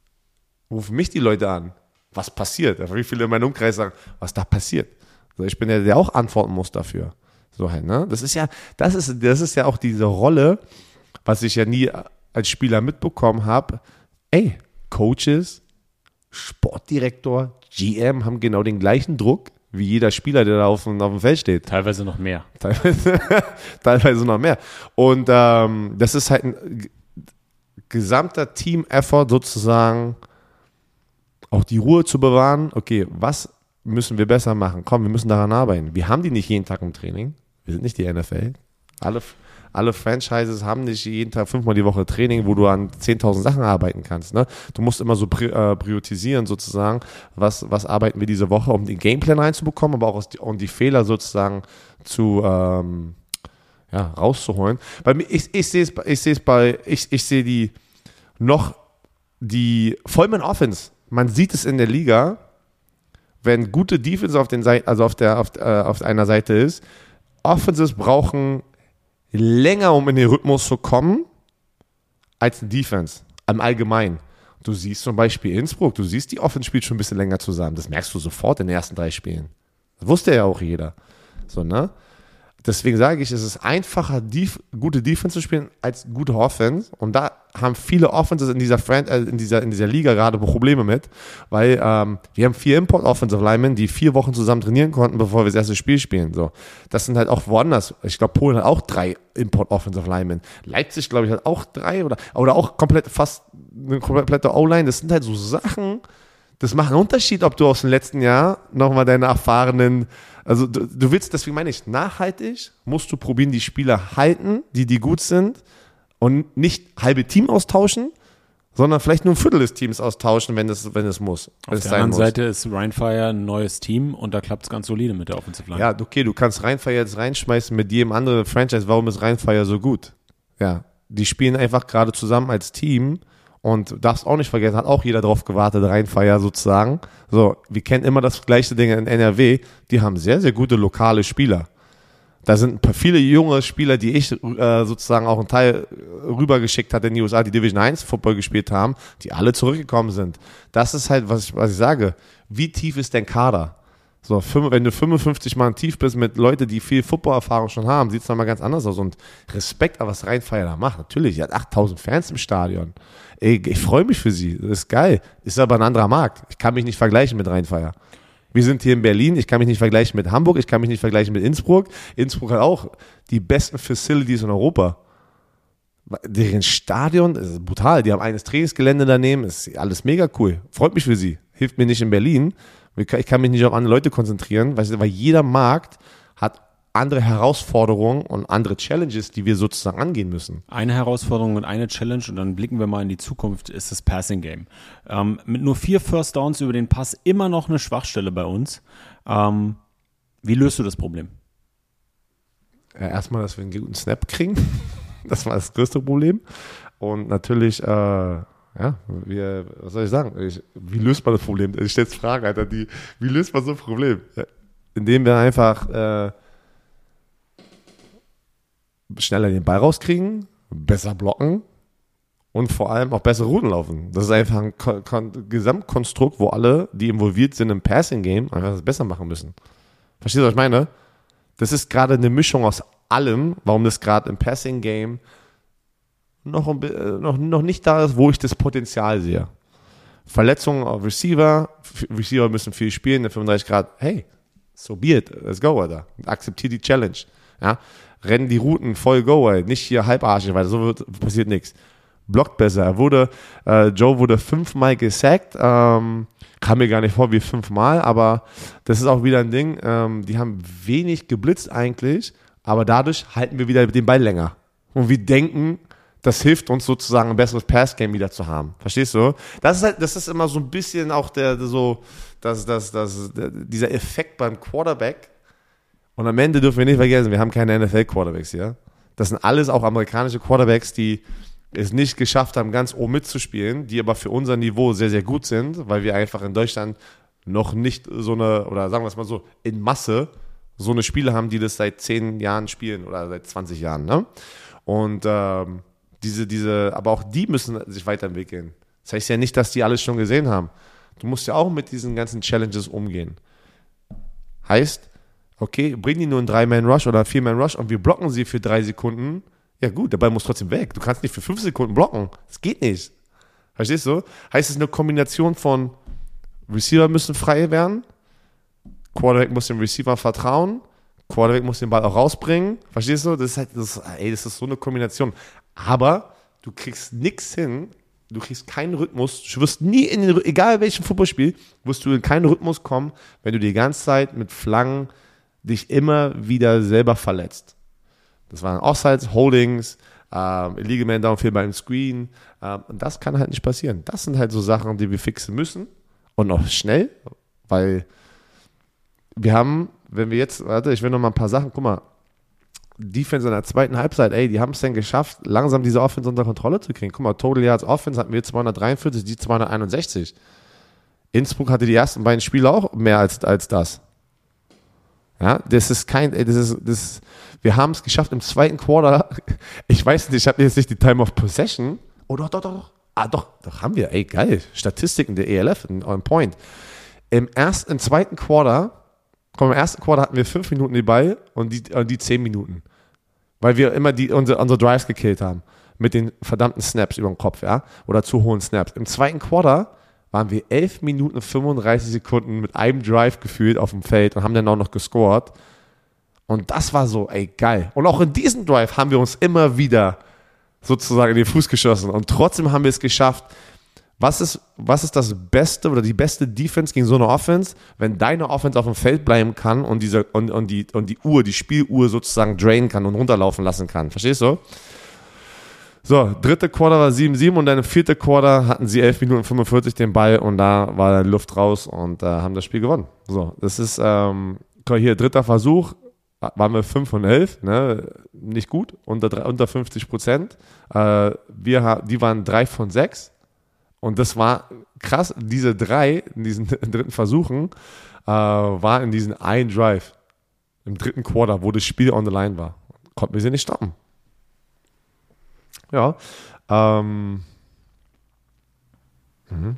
rufen mich die Leute an. Was passiert? Wie viele in meinem Umkreis sagen, was da passiert? Also ich bin der, der auch antworten muss dafür. So halt, ne? Das ist ja, das ist, das ist ja auch diese Rolle, was ich ja nie als Spieler mitbekommen habe. Ey, Coaches, Sportdirektor, G M haben genau den gleichen Druck wie jeder Spieler, der da auf dem, auf dem Feld steht. Teilweise noch mehr. Teilweise, teilweise noch mehr. Und ähm, das ist halt ein g- gesamter Team-Effort sozusagen, auch die Ruhe zu bewahren. Okay, was müssen wir besser machen? Komm, wir müssen daran arbeiten. Wir haben die nicht jeden Tag im Training. Wir sind nicht die N F L. Alle, alle Franchises haben nicht jeden Tag fünfmal die Woche Training, wo du an zehntausend Sachen arbeiten kannst. Ne? Du musst immer so pri- äh, priorisieren sozusagen, was, was arbeiten wir diese Woche, um den Gameplan reinzubekommen, aber auch aus die, um die Fehler sozusagen zu ähm, ja, rauszuholen. Weil mir- ich, ich sehe es ich sehe es bei, ich, ich sehe die noch die Vollman Offense. Man sieht es in der Liga, wenn gute Defense auf den Seiten, also auf der auf, äh, auf einer Seite ist, Offenses brauchen länger, um in den Rhythmus zu kommen, als ein Defense, im Allgemeinen. Du siehst zum Beispiel Innsbruck, du siehst, die Offense spielt schon ein bisschen länger zusammen. Das merkst du sofort in den ersten drei Spielen. Das wusste ja auch jeder. So, ne? Deswegen sage ich, es ist einfacher, Def- gute Defense zu spielen, als gute Offense. Und da haben viele Offenses in dieser, Fran- äh, in dieser, in dieser Liga gerade Probleme mit, weil ähm, wir haben vier Import-Offensive Linemen, die vier Wochen zusammen trainieren konnten, bevor wir das erste Spiel spielen. So, das sind halt auch woanders. Ich glaube, Polen hat auch drei Import-Offensive Linemen. Leipzig, glaube ich, hat auch drei oder, oder auch komplett fast eine komplette O-Line. Das sind halt so Sachen, das macht einen Unterschied, ob du aus dem letzten Jahr nochmal deine erfahrenen, also du, du willst, deswegen meine ich, nachhaltig musst du probieren, die Spieler halten, die, die gut sind und nicht halbe Team austauschen, sondern vielleicht nur ein Viertel des Teams austauschen, wenn es, wenn es muss. Auf es der sein anderen muss. Seite ist Rheinfire ein neues Team und da klappt es ganz solide mit der Offensive Line. Ja, okay, du kannst Rheinfire jetzt reinschmeißen mit jedem anderen Franchise. Warum ist Rheinfire so gut? Ja, die spielen einfach gerade zusammen als Team. Und darfst auch nicht vergessen, hat auch jeder drauf gewartet, Rheinfire sozusagen. So, wir kennen immer das gleiche Ding in N R W. Die haben sehr, sehr gute lokale Spieler. Da sind ein paar viele junge Spieler, die ich äh, sozusagen auch einen Teil rübergeschickt hatte in die U S A, die Division eins Football gespielt haben, die alle zurückgekommen sind. Das ist halt, was ich, was ich sage. Wie tief ist dein Kader? So, wenn du fünfundfünfzig Mann tief bist mit Leuten, die viel Football-Erfahrung schon haben, sieht es nochmal ganz anders aus. Und Respekt, aber was Rheinfire da macht. Natürlich, er hat achttausend Fans im Stadion. Ey, ich freue mich für sie. Das ist geil. Ist aber ein anderer Markt. Ich kann mich nicht vergleichen mit Rheinfire. Wir sind hier in Berlin. Ich kann mich nicht vergleichen mit Hamburg. Ich kann mich nicht vergleichen mit Innsbruck. Innsbruck hat auch die besten Facilities in Europa. Deren Stadion ist brutal. Die haben eines Trainingsgelände daneben. Ist alles mega cool. Freut mich für sie. Hilft mir nicht in Berlin. Ich kann mich nicht auf andere Leute konzentrieren, weil jeder Markt hat andere Herausforderungen und andere Challenges, die wir sozusagen angehen müssen. Eine Herausforderung und eine Challenge und dann blicken wir mal in die Zukunft, ist das Passing Game. Ähm, mit nur vier First Downs über den Pass immer noch eine Schwachstelle bei uns. Ähm, wie löst du das Problem? Ja, erstmal, dass wir einen guten Snap kriegen. Das war das größte Problem. Und natürlich, äh, ja, wie, was soll ich sagen? Ich, wie löst man das Problem? Ich stelle jetzt Fragen, Alter. Die, wie löst man so ein Problem? Indem wir einfach äh, schneller den Ball rauskriegen, besser blocken und vor allem auch bessere Routen laufen. Das ist einfach ein Kon- Kon- Gesamtkonstrukt, wo alle, die involviert sind im Passing-Game, einfach das besser machen müssen. Verstehst du, was ich meine? Das ist gerade eine Mischung aus allem, warum das gerade im Passing-Game noch, ein, noch, noch nicht da ist, wo ich das Potenzial sehe. Verletzungen auf Receiver, Receiver müssen viel spielen, in fünfunddreißig Grad, hey, so be it, let's go, Alter. Akzeptiere die Challenge. Ja? Rennen die Routen voll go, ey. Nicht hier halbarschig, weil so wird, passiert nichts. Blockt besser. Er wurde, äh, Joe wurde fünfmal gesackt, ähm, kam mir gar nicht vor wie fünfmal, aber das ist auch wieder ein Ding, ähm, die haben wenig geblitzt eigentlich, aber dadurch halten wir wieder den Ball länger. Und wir denken, das hilft uns sozusagen ein besseres Passgame wieder zu haben. Verstehst du? Das ist halt, das ist immer so ein bisschen auch der, der so, das, das, das, der, dieser Effekt beim Quarterback. Und am Ende dürfen wir nicht vergessen, wir haben keine N F L-Quarterbacks hier. Das sind alles auch amerikanische Quarterbacks, die es nicht geschafft haben, ganz oben mitzuspielen, die aber für unser Niveau sehr, sehr gut sind, weil wir einfach in Deutschland noch nicht so eine, oder sagen wir es mal so, in Masse so eine Spiele haben, die das seit zehn Jahren spielen oder seit zwanzig Jahren. Ne? Und ähm, diese, diese, aber auch die müssen sich weiterentwickeln. Das heißt ja nicht, dass die alles schon gesehen haben. Du musst ja auch mit diesen ganzen Challenges umgehen. Heißt, okay, bringen die nur einen drei-Man-Rush oder einen vier-Man-Rush und wir blocken sie für drei Sekunden. Ja gut, der Ball muss trotzdem weg. Du kannst nicht für fünf Sekunden blocken. Das geht nicht. Verstehst du? Heißt es eine Kombination von Receiver müssen frei werden, Quarterback muss dem Receiver vertrauen, Quarterback muss den Ball auch rausbringen. Verstehst du? Das ist halt, das, ey, das ist so eine Kombination. Aber du kriegst nichts hin, du kriegst keinen Rhythmus, du wirst nie in den, egal welchem Fußballspiel, wirst du in keinen Rhythmus kommen, wenn du die ganze Zeit mit Flaggen dich immer wieder selber verletzt. Das waren Offsides, Holdings, ähm, Illegal Man Downfield beim Screen. Ähm, und das kann halt nicht passieren. Das sind halt so Sachen, die wir fixen müssen. Und auch schnell, weil wir haben, wenn wir jetzt, warte, ich will noch mal ein paar Sachen, guck mal, Defense in der zweiten Halbzeit, ey, die haben es dann geschafft, langsam diese Offense unter Kontrolle zu kriegen. Guck mal, Total Yards Offense hatten wir zweihundertdreiundvierzig, die zweihunderteinundsechzig. Innsbruck hatte die ersten beiden Spiele auch mehr als, als das. Ja, das ist kein, das ist, das, wir haben es geschafft im zweiten Quarter, ich weiß nicht, ich habe jetzt nicht die Time of Possession, oh doch, doch, doch, Ah, doch, doch haben wir. Ey, geil. Statistiken der E L F on point. Im ersten, im zweiten Quarter, komm, im ersten Quarter hatten wir fünf Minuten den Ball und die, und die zehn Minuten. Weil wir immer die, unsere, unsere Drives gekillt haben. Mit den verdammten Snaps über den Kopf, ja. Oder zu hohen Snaps. Im zweiten Quarter waren wir elf Minuten fünfunddreißig Sekunden mit einem Drive gefühlt auf dem Feld und haben dann auch noch gescored. Und das war so, ey, geil. Und auch in diesem Drive haben wir uns immer wieder sozusagen in den Fuß geschossen. Und trotzdem haben wir es geschafft. Was ist, was ist das Beste oder die beste Defense gegen so eine Offense, wenn deine Offense auf dem Feld bleiben kann und, diese, und, und, die, und die Uhr, die Spieluhr sozusagen drainen kann und runterlaufen lassen kann. Verstehst du? So, dritte Quarter war sieben sieben und dann im vierten Quarter hatten sie elf Minuten fünfundvierzig den Ball und da war dann Luft raus und äh, haben das Spiel gewonnen. So, das ist, ähm, hier, dritter Versuch, waren wir fünf von elf, ne? Nicht gut, unter, unter fünfzig Prozent. Äh, wir, die waren drei von sechs und das war krass, diese drei in diesen dritten Versuchen äh, war in diesen einen Drive im dritten Quarter, wo das Spiel on the line war. Konnten wir sie nicht stoppen. Ja. Ähm. Mhm.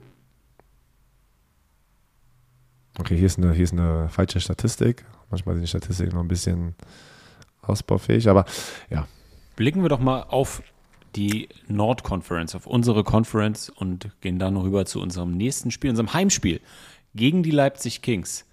Okay, hier ist, eine, hier ist eine falsche Statistik. Manchmal sind die Statistiken noch ein bisschen ausbaufähig, aber ja. Blicken wir doch mal auf die Nord-Conference, auf unsere Conference und gehen dann rüber zu unserem nächsten Spiel, unserem Heimspiel gegen die Leipzig Kings.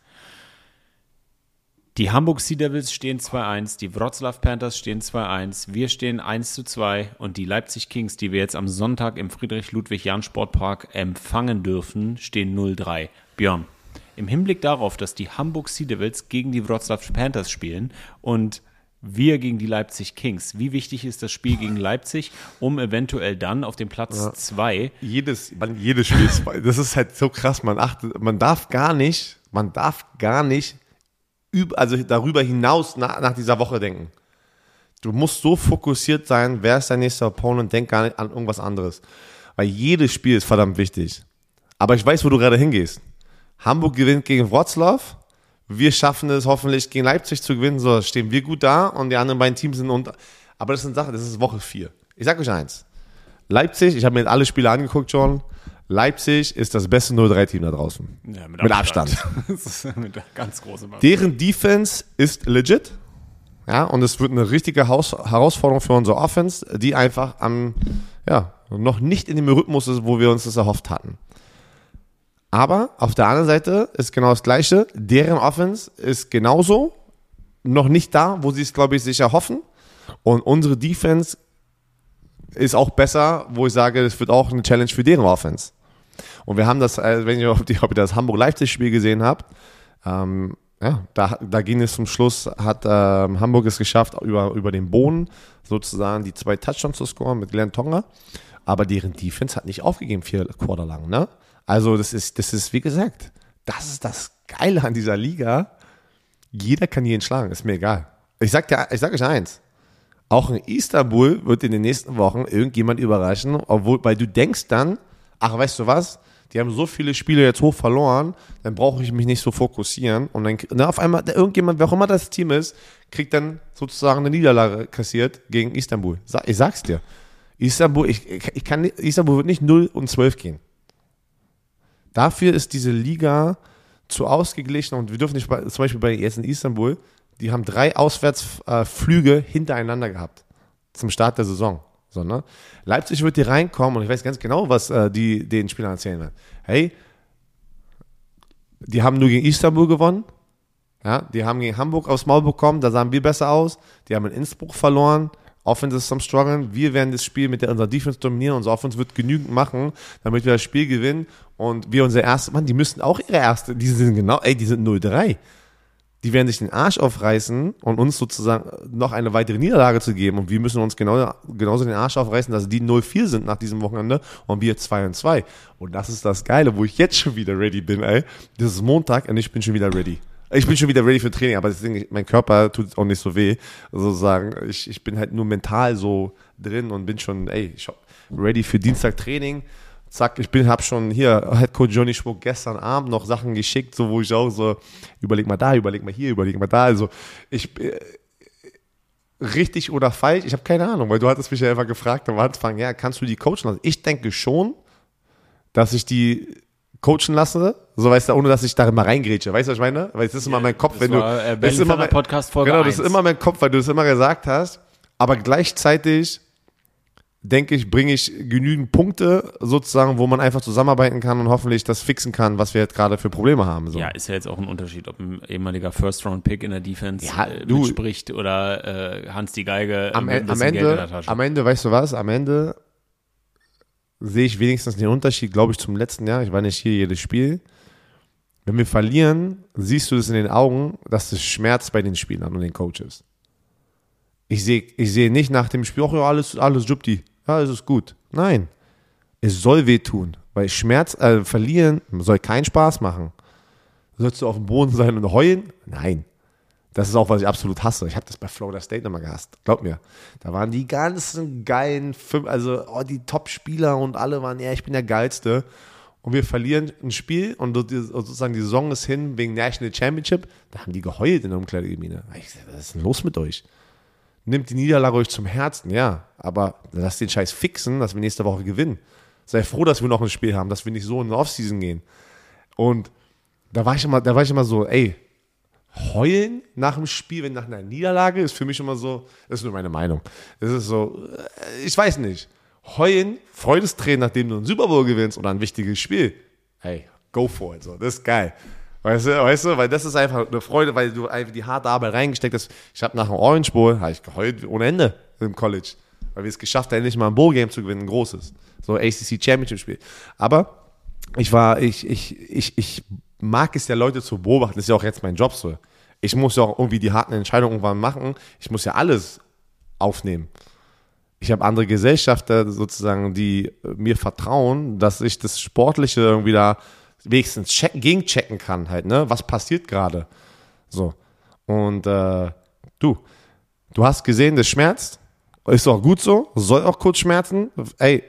Die Hamburg Sea Devils stehen zwei eins, die Wroclaw Panthers stehen zwei eins, wir stehen eins zu zwei und die Leipzig Kings, die wir jetzt am Sonntag im Friedrich-Ludwig-Jahn-Sportpark empfangen dürfen, stehen null drei. Björn, im Hinblick darauf, dass die Hamburg Sea Devils gegen die Wroclaw Panthers spielen und wir gegen die Leipzig Kings, wie wichtig ist das Spiel gegen Leipzig, um eventuell dann auf dem Platz zwei ja. jedes, man, jedes Spiel ist, das ist halt so krass, man achtet, man darf gar nicht, man darf gar nicht also darüber hinaus nach, nach dieser Woche denken. Du musst so fokussiert sein, wer ist dein nächster Opponent, denk gar nicht an irgendwas anderes. Weil jedes Spiel ist verdammt wichtig. Aber ich weiß, wo du gerade hingehst. Hamburg gewinnt gegen Wroclaw, wir schaffen es hoffentlich gegen Leipzig zu gewinnen, so stehen wir gut da und die anderen beiden Teams sind unter. Aber das sind Sachen, das ist Woche vier. Ich sag euch eins. Leipzig, ich habe mir jetzt alle Spiele angeguckt schon, Leipzig ist das beste null drei Team da draußen. Ja, mit, mit Abstand. Abstand. Das ist mit ganz großem Abstand. Deren Defense ist legit. Ja, und es wird eine richtige Haus- Herausforderung für unsere Offense, die einfach am, ja, noch nicht in dem Rhythmus ist, wo wir uns das erhofft hatten. Aber auf der anderen Seite ist genau das Gleiche. Deren Offense ist genauso noch nicht da, wo sie es, glaube ich, sich erhoffen. Und unsere Defense ist auch besser, wo ich sage, es wird auch eine Challenge für deren Offense. Und wir haben das, wenn ihr, ob ihr das Hamburg-Leipzig-Spiel gesehen habt, ähm, ja, da, da ging es zum Schluss, hat ähm, Hamburg es geschafft, über, über den Boden sozusagen die zwei Touchdowns zu scoren mit Glenn Tonga, aber deren Defense hat nicht aufgegeben, vier Quarter lang, ne? Also das ist, das ist, wie gesagt, das ist das Geile an dieser Liga. Jeder kann jeden schlagen, ist mir egal. Ich sag dir, ich sag euch eins, auch in Istanbul wird in den nächsten Wochen irgendjemand überraschen, obwohl, weil du denkst dann, ach, weißt du was? Die haben so viele Spiele jetzt hoch verloren, dann brauche ich mich nicht so fokussieren. Und dann na, auf einmal, irgendjemand, wer auch immer das Team ist, kriegt dann sozusagen eine Niederlage kassiert gegen Istanbul. Ich sag's dir. Istanbul, ich, ich kann, Istanbul wird nicht null und zwölf gehen. Dafür ist diese Liga zu ausgeglichen und wir dürfen nicht, zum Beispiel bei jetzt in Istanbul, die haben drei Auswärtsflüge äh, hintereinander gehabt zum Start der Saison. So, ne? Leipzig wird hier reinkommen und ich weiß ganz genau, was äh, die den Spielern erzählen werden. Hey, die haben nur gegen Istanbul gewonnen, ja, die haben gegen Hamburg aufs Maul bekommen, da sahen wir besser aus, die haben in Innsbruck verloren, Offense ist am Struggeln, wir werden das Spiel mit der, unserer Defense dominieren, unsere Offense wird genügend machen, damit wir das Spiel gewinnen und wir unser erste, Mann, die müssen auch ihre erste, die sind genau, ey, die sind null drei. Die werden sich den Arsch aufreißen und uns sozusagen noch eine weitere Niederlage zu geben. Und wir müssen uns genau, genauso den Arsch aufreißen, dass die null vier sind nach diesem Wochenende und wir zwei und zwei. Und das ist das Geile, wo ich jetzt schon wieder ready bin, ey. Das ist Montag und ich bin schon wieder ready. Ich bin schon wieder ready für Training, aber deswegen, mein Körper tut auch nicht so weh, sozusagen. Ich, ich bin halt nur mental so drin und bin schon, ey, ich ready für Dienstag Training. Zack, ich bin, hab schon hier, Headcoach Johnny Schmuck gestern Abend noch Sachen geschickt, so wo ich auch so, überleg mal da, überleg mal hier, überleg mal da, also ich, richtig oder falsch? Ich habe keine Ahnung, weil du hattest mich ja einfach gefragt am Anfang, ja, kannst du die coachen lassen? Ich denke schon, dass ich die coachen lasse, so weißt du, ohne dass ich darin mal reingrätsche. Weißt du, was ich meine? Weil es ist immer Ja, mein Kopf, das wenn war, du. Äh, das ist immer mein Podcast Folge Genau, eins. das ist immer mein Kopf, weil du es immer gesagt hast. Aber gleichzeitig denke ich, bringe ich genügend Punkte sozusagen, wo man einfach zusammenarbeiten kann und hoffentlich das fixen kann, was wir jetzt gerade für Probleme haben. So. Ja, ist ja jetzt auch ein Unterschied, ob ein ehemaliger First-Round-Pick in der Defense Ja, äh, du- mitspricht oder äh, Hans die Geige am, mit ein am, bisschen Geld in der Ende, Tasche. am Ende, weißt du was, am Ende sehe ich wenigstens den Unterschied, glaube ich, zum letzten Jahr. Ich war nicht hier jedes Spiel. Wenn wir verlieren, siehst du es in den Augen, dass es schmerzt bei den Spielern und den Coaches. Ich sehe ich sehe nicht nach dem Spiel, ach ja, alles, alles Jupti, ja, alles ist gut. Nein, es soll wehtun, weil Schmerz, äh, verlieren soll keinen Spaß machen. Sollst du auf dem Boden sein und heulen? Nein. Das ist auch, was ich absolut hasse. Ich habe das bei Florida State nochmal gehasst. Glaub mir. Da waren die ganzen geilen, fünf, also oh, die Top-Spieler und alle waren, ja, ich bin der Geilste. Und wir verlieren ein Spiel und sozusagen die Saison ist hin wegen National Championship. Da haben die geheult in der Umkleidekabine. Ich sag, was ist denn los mit euch? Nimmt die Niederlage euch zum Herzen, ja. Aber lasst den Scheiß fixen, dass wir nächste Woche gewinnen. Sei froh, dass wir noch ein Spiel haben, dass wir nicht so in die Offseason gehen. Und da war ich immer, da war ich immer so, ey, heulen nach dem Spiel, wenn nach einer Niederlage, ist für mich immer so, das ist nur meine Meinung. Das ist so, ich weiß nicht. Heulen, Freudestränen, nachdem du einen Super Bowl gewinnst oder ein wichtiges Spiel. Hey, go for it. So. Das ist geil. Weißt du, weißt du, weil das ist einfach eine Freude, weil du einfach die harte Arbeit reingesteckt hast. Ich habe nach dem Orange Bowl, habe ich geheult ohne Ende im College. Weil wir es geschafft haben, endlich mal ein Bowl-Game zu gewinnen, ein großes. So A C C Championship-Spiel. Aber ich war, ich, ich, ich, ich mag es ja, Leute zu beobachten. Das ist ja auch jetzt mein Job so. Ich muss ja auch irgendwie die harten Entscheidungen irgendwann machen. Ich muss ja alles aufnehmen. Ich habe andere Gesellschafter sozusagen, die mir vertrauen, dass ich das Sportliche irgendwie da wenigstens check, gegenchecken kann halt, ne? Was passiert gerade? So. Und äh, du, du hast gesehen, das schmerzt. Ist auch gut so. Soll auch kurz schmerzen. Ey,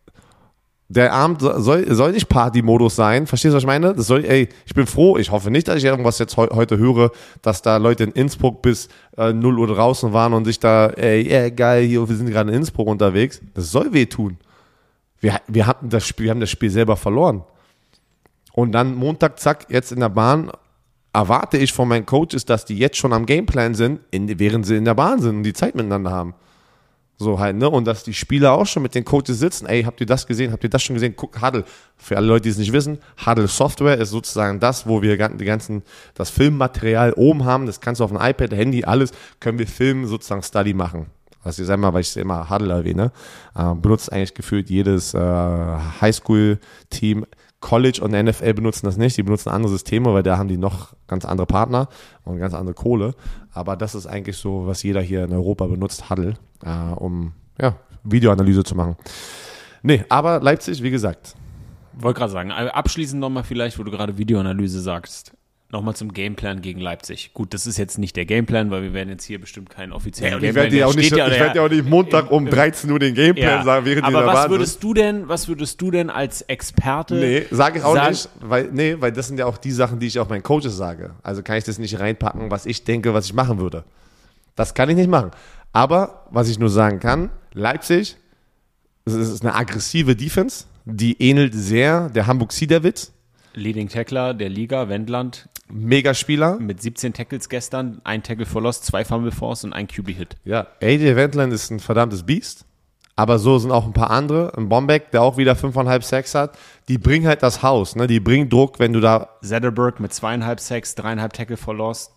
der Abend soll, soll nicht Party-Modus sein. Verstehst du, was ich meine? Das soll, ey, ich bin froh. Ich hoffe nicht, dass ich irgendwas jetzt heu, heute höre, dass da Leute in Innsbruck bis äh, null Uhr draußen waren und sich da, ey, yeah, geil, hier, wir sind gerade in Innsbruck unterwegs. Das soll wehtun. Wir, wir, hatten das Spiel, wir haben das Spiel selber verloren. Und dann Montag, zack, jetzt in der Bahn erwarte ich von meinen Coaches, dass die jetzt schon am Gameplan sind, in, während sie in der Bahn sind und die Zeit miteinander haben. So halt, ne? Und dass die Spieler auch schon mit den Coaches sitzen. Ey, habt ihr das gesehen? Habt ihr das schon gesehen? Guck, Huddle. Für alle Leute, die es nicht wissen, Huddle Software ist sozusagen das, wo wir die ganzen, das Filmmaterial oben haben. Das kannst du auf dem iPad, Handy, alles, können wir filmen, sozusagen Study machen. Also ich sag mal, weil ich immer Huddle erwähne, äh, benutzt eigentlich gefühlt jedes äh, Highschool-Team. College und N F L benutzen das nicht, die benutzen andere Systeme, weil da haben die noch ganz andere Partner und ganz andere Kohle. Aber das ist eigentlich so, was jeder hier in Europa benutzt, Huddle, äh, um ja, Videoanalyse zu machen. Nee, aber Leipzig, wie gesagt. Wollte gerade sagen, abschließend nochmal vielleicht, wo du gerade Videoanalyse sagst, nochmal zum Gameplan gegen Leipzig. Gut, das ist jetzt nicht der Gameplan, weil wir werden jetzt hier bestimmt keinen offiziellen Ja, Gameplan. ich werde dir auch nicht, ja, ich werd dir auch nicht Montag um dreizehn Uhr den Gameplan ja, sagen, während aber die was Bahn würdest sind. du denn, was würdest du denn als Experte Nee, sage ich auch sagen? nicht, weil, nee, weil das sind ja auch die Sachen, die ich auch meinen Coaches sage. Also kann ich das nicht reinpacken, was ich denke, was ich machen würde. Das kann ich nicht machen. Aber, was ich nur sagen kann, Leipzig, es ist eine aggressive Defense, die ähnelt sehr der Hamburg Sea Devils. Leading Tackler der Liga, Wendland, Megaspieler. mit siebzehn Tackles gestern, ein Tackle for Loss, zwei Fumble Force und ein Q B-Hit. Ja, A J Wendland ist ein verdammtes Biest. Aber so sind auch ein paar andere. Ein Bombeck, der auch wieder fünfeinhalb Sacks hat. Die bringen halt das Haus, ne? Die bringen Druck, wenn du da. Zetterberg mit zweieinhalb Sacks, dreieinhalb Tackle for Loss,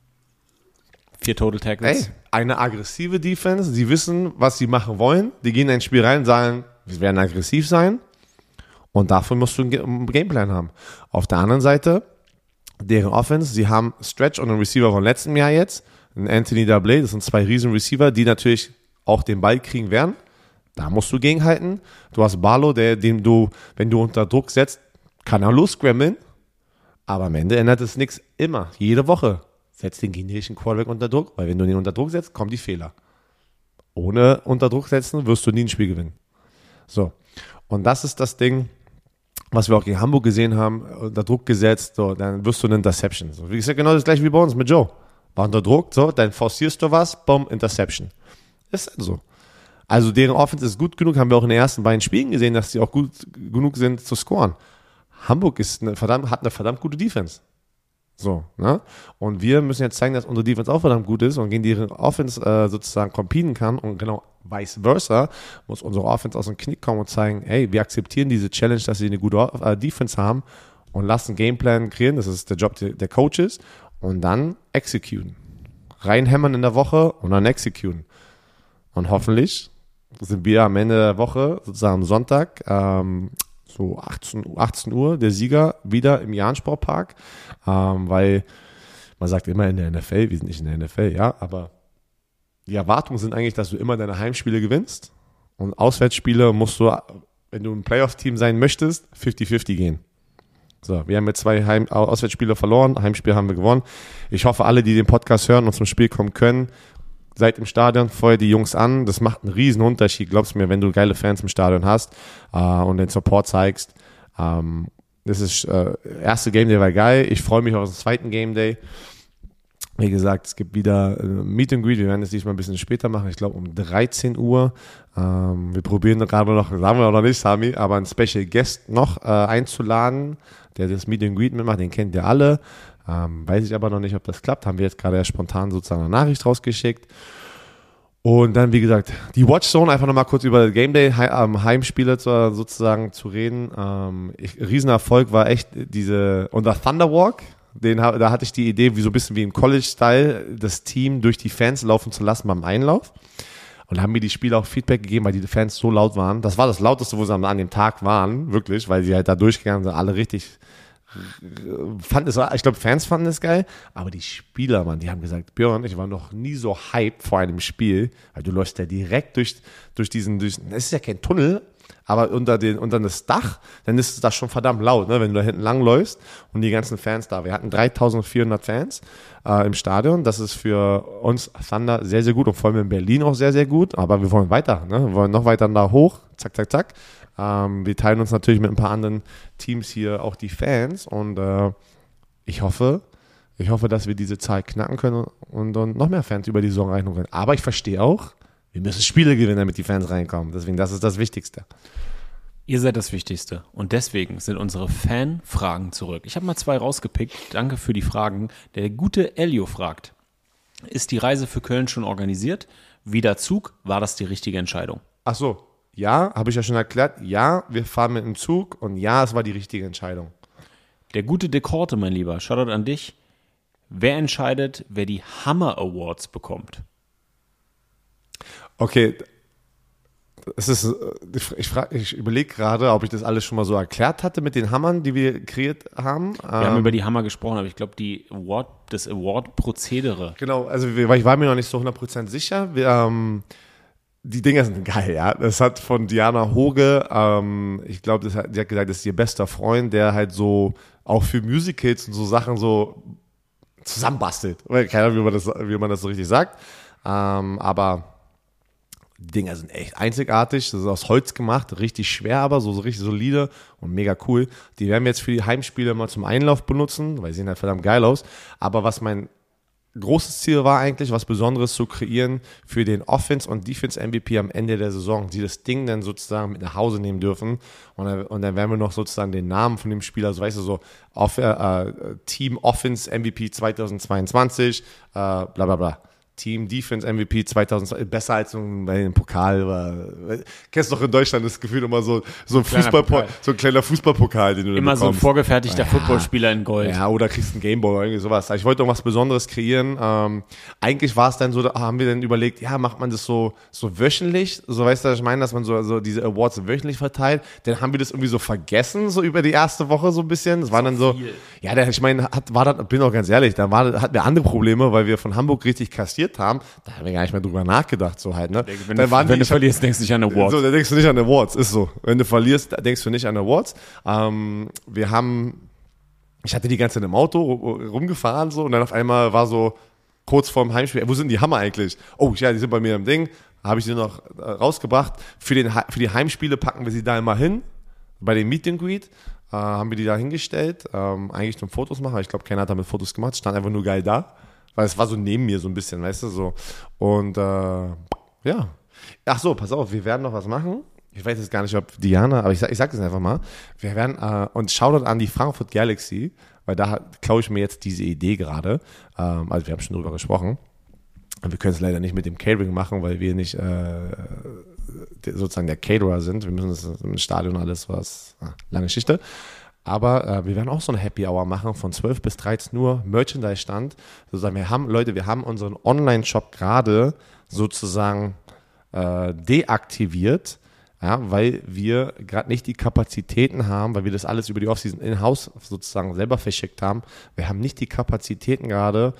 vier Total Tackles. Ey, eine aggressive Defense. Sie wissen, was sie machen wollen. Die gehen in ein Spiel rein und sagen, wir werden aggressiv sein. Und dafür musst du einen Gameplan haben. Auf der anderen Seite, deren Offense, sie haben Stretch und einen Receiver von letztem Jahr jetzt, einen Anthony Dablé, das sind zwei riesen Receiver, die natürlich auch den Ball kriegen werden. Da musst du gegenhalten. Du hast Barlow, der, den du, wenn du unter Druck setzt, kann er losscramblen. Aber am Ende ändert es nichts. Immer, jede Woche. Setz den generischen Quarterback unter Druck, weil wenn du ihn unter Druck setzt, kommen die Fehler. Ohne unter Druck setzen, wirst du nie ein Spiel gewinnen. So. Und das ist das Ding, was wir auch gegen Hamburg gesehen haben, unter Druck gesetzt, so, dann wirst du eine Interception. So, wie gesagt, genau das gleiche wie bei uns mit Joe. war unter Druck, so, dann forcierst du was, bumm, Interception. Ist halt so. Also deren Offense ist gut genug, haben wir auch in den ersten beiden Spielen gesehen, dass sie auch gut genug sind zu scoren. Hamburg ist eine verdammt, hat eine verdammt gute Defense. So, ne? Und wir müssen jetzt zeigen, dass unsere Defense auch verdammt gut ist und gegen die Offense äh, sozusagen competen kann und genau vice versa muss unsere Offense aus dem Knick kommen und zeigen, hey, wir akzeptieren diese Challenge, dass sie eine gute äh, Defense haben und lassen einen Gameplan kreieren, das ist der Job der, der Coaches und dann executen. Reinhämmern in der Woche und dann executen. Und hoffentlich sind wir am Ende der Woche, sozusagen am Sonntag, ähm, so achtzehn Uhr, der Sieger wieder im Jahn-Sportpark, ähm, weil man sagt immer in der N F L, wir sind nicht in der N F L, ja, aber die Erwartungen sind eigentlich, dass du immer deine Heimspiele gewinnst und Auswärtsspiele musst du, wenn du ein Playoff-Team sein möchtest, fünfzig fünfzig gehen. So, wir haben jetzt zwei Heim- Auswärtsspiele verloren, Heimspiel haben wir gewonnen. Ich hoffe, alle, die den Podcast hören und zum Spiel kommen können, seid im Stadion, feuer die Jungs an. Das macht einen riesen Unterschied, glaubst du mir, wenn du geile Fans im Stadion hast äh, und den Support zeigst. Ähm, das ist äh, erste Game Day war geil. Ich freue mich auf den zweiten Game Day. Wie gesagt, es gibt wieder äh, Meet and Greet. Wir werden es diesmal ein bisschen später machen. Ich glaube um dreizehn Uhr. Ähm, wir probieren gerade noch, sagen wir auch noch nicht, Sami, aber einen Special Guest noch äh, einzuladen, der das Meet and Greet mitmacht. Den kennt ihr alle. Ähm, weiß ich aber noch nicht, ob das klappt. Haben wir jetzt gerade erst spontan sozusagen eine Nachricht rausgeschickt. Und dann, wie gesagt, die Watchzone, einfach nochmal kurz über Game Day ähm, Heimspiele zu, sozusagen zu reden. Ähm, ich, Riesenerfolg war echt diese, und der Thunderwalk, den, da hatte ich die Idee, wie so ein bisschen wie im College-Style, das Team durch die Fans laufen zu lassen beim Einlauf. Und da haben mir die Spieler auch Feedback gegeben, weil die Fans so laut waren. Das war das Lauteste, wo sie an dem Tag waren, wirklich, weil sie halt da durchgegangen sind, alle richtig fand es, ich glaube, Fans fanden es geil, aber die Spieler, Mann, die haben gesagt, Björn, ich war noch nie so hyped vor einem Spiel, weil du läufst ja direkt durch, durch diesen, durch, es ist ja kein Tunnel, aber unter den, unter das Dach, dann ist das schon verdammt laut, ne, wenn du da hinten lang läufst und die ganzen Fans da. Wir hatten dreitausendvierhundert Fans äh, im Stadion, das ist für uns Thunder sehr, sehr gut und vor allem in Berlin auch sehr, sehr gut, aber wir wollen weiter, ne, wir wollen noch weiter da hoch, zack, zack, zack. Ähm, wir teilen uns natürlich mit ein paar anderen Teams hier auch die Fans und äh, ich hoffe, ich hoffe, dass wir diese Zahl knacken können und, und noch mehr Fans über die Saison reinholen können. Aber ich verstehe auch, wir müssen Spiele gewinnen, damit die Fans reinkommen. Deswegen, das ist das Wichtigste. Ihr seid das Wichtigste und deswegen sind unsere Fan-Fragen zurück. Ich habe mal zwei rausgepickt. Danke für die Fragen. Der gute Elio fragt, ist die Reise für Köln schon organisiert? Wie der Zug, war das die richtige Entscheidung? Ach so. Ja, habe ich ja schon erklärt. Ja, wir fahren mit dem Zug und ja, es war die richtige Entscheidung. Der gute Dekorte, mein Lieber, Shoutout an dich. Wer entscheidet, wer die Hammer Awards bekommt? Okay, es ist, ich, frag, ich überlege gerade, ob ich das alles schon mal so erklärt hatte mit den Hammern, die wir kreiert haben. Wir ähm, haben über die Hammer gesprochen, aber ich glaube, die Award, das Award-Prozedere. Genau, also ich war mir noch nicht so hundert Prozent sicher. Wir, ähm, Die Dinger sind geil, ja. Das hat von Diana Hoge, ähm, ich glaube, die hat gesagt, das ist ihr bester Freund, der halt so auch für Musicals und so Sachen so zusammenbastelt. Keine Ahnung, wie man das, wie man das so richtig sagt. Ähm, aber die Dinger sind echt einzigartig. Das ist aus Holz gemacht, richtig schwer, aber so, so richtig solide und mega cool. Die werden wir jetzt für die Heimspiele mal zum Einlauf benutzen, weil sie sehen halt verdammt geil aus. Aber was mein großes Ziel war eigentlich, was Besonderes zu kreieren für den Offense- und Defense-M V P am Ende der Saison, die das Ding dann sozusagen mit nach Hause nehmen dürfen und dann, und dann werden wir noch sozusagen den Namen von dem Spieler, so weißt du, so Off- äh, Team Offense M V P zweitausendzweiundzwanzig, äh, bla bla bla. Team Defense M V P zweitausendzwanzig, besser als bei dem Pokal. War, kennst du doch in Deutschland das Gefühl immer so, so ein Fußballpokal, so ein kleiner Fußballpokal, den du immer so ein vorgefertigter ja. Footballspieler in Gold. Ja, oder kriegst einen Gameboy oder irgendwie sowas. Ich wollte doch was Besonderes kreieren. Ähm, eigentlich war es dann so, da haben wir dann überlegt, ja, macht man das so, so wöchentlich? So, weißt du, was ich meine, dass man so, so diese Awards wöchentlich verteilt. Dann haben wir das irgendwie so vergessen, so über die erste Woche so ein bisschen. Das war dann so, viel. ja, der, ich meine, hat, war das, bin auch ganz ehrlich, da war, hatten wir andere Probleme, weil wir von Hamburg richtig kassiert haben, da haben wir gar nicht mehr drüber nachgedacht, so halt, ne? Wenn, du, wenn die, du verlierst, denkst du nicht an Awards. So, dann denkst du nicht an Awards, ist so. Wenn du verlierst, denkst du nicht an Awards. Ähm, wir haben, ich hatte die ganze Zeit im Auto rumgefahren, so, und dann auf einmal war so, kurz vorm Heimspiel, wo sind die Hammer eigentlich? Oh, ja, die sind bei mir im Ding, habe ich sie noch äh, rausgebracht. Für, den, für die Heimspiele packen wir sie da immer hin, bei dem Meet and Greet. Äh, haben wir die da hingestellt, ähm, eigentlich zum Fotos machen, aber ich glaube, keiner hat damit Fotos gemacht, stand einfach nur geil da. weil es war so neben mir so ein bisschen, weißt du, so. Und äh, ja. Ach so, pass auf, wir werden noch was machen. Ich weiß jetzt gar nicht, ob Diana, aber ich sag, ich sag das einfach mal. Wir werden, äh, und Shoutout an die Frankfurt Galaxy, weil da klaue ich mir jetzt diese Idee gerade. Ähm, also wir haben schon drüber gesprochen. Wir können es leider nicht mit dem Catering machen, weil wir nicht äh, sozusagen der Caterer sind. Wir müssen das im Stadion alles, was, ah, lange Geschichte. Aber äh, wir werden auch so eine Happy Hour machen von zwölf bis dreizehn Uhr, Merchandise-Stand. Sozusagen, wir haben, Leute, wir haben unseren Online-Shop gerade sozusagen äh, deaktiviert, ja, weil wir gerade nicht die Kapazitäten haben, weil wir das alles über die Offseason in-house sozusagen selber verschickt haben. Wir haben nicht die Kapazitäten gerade,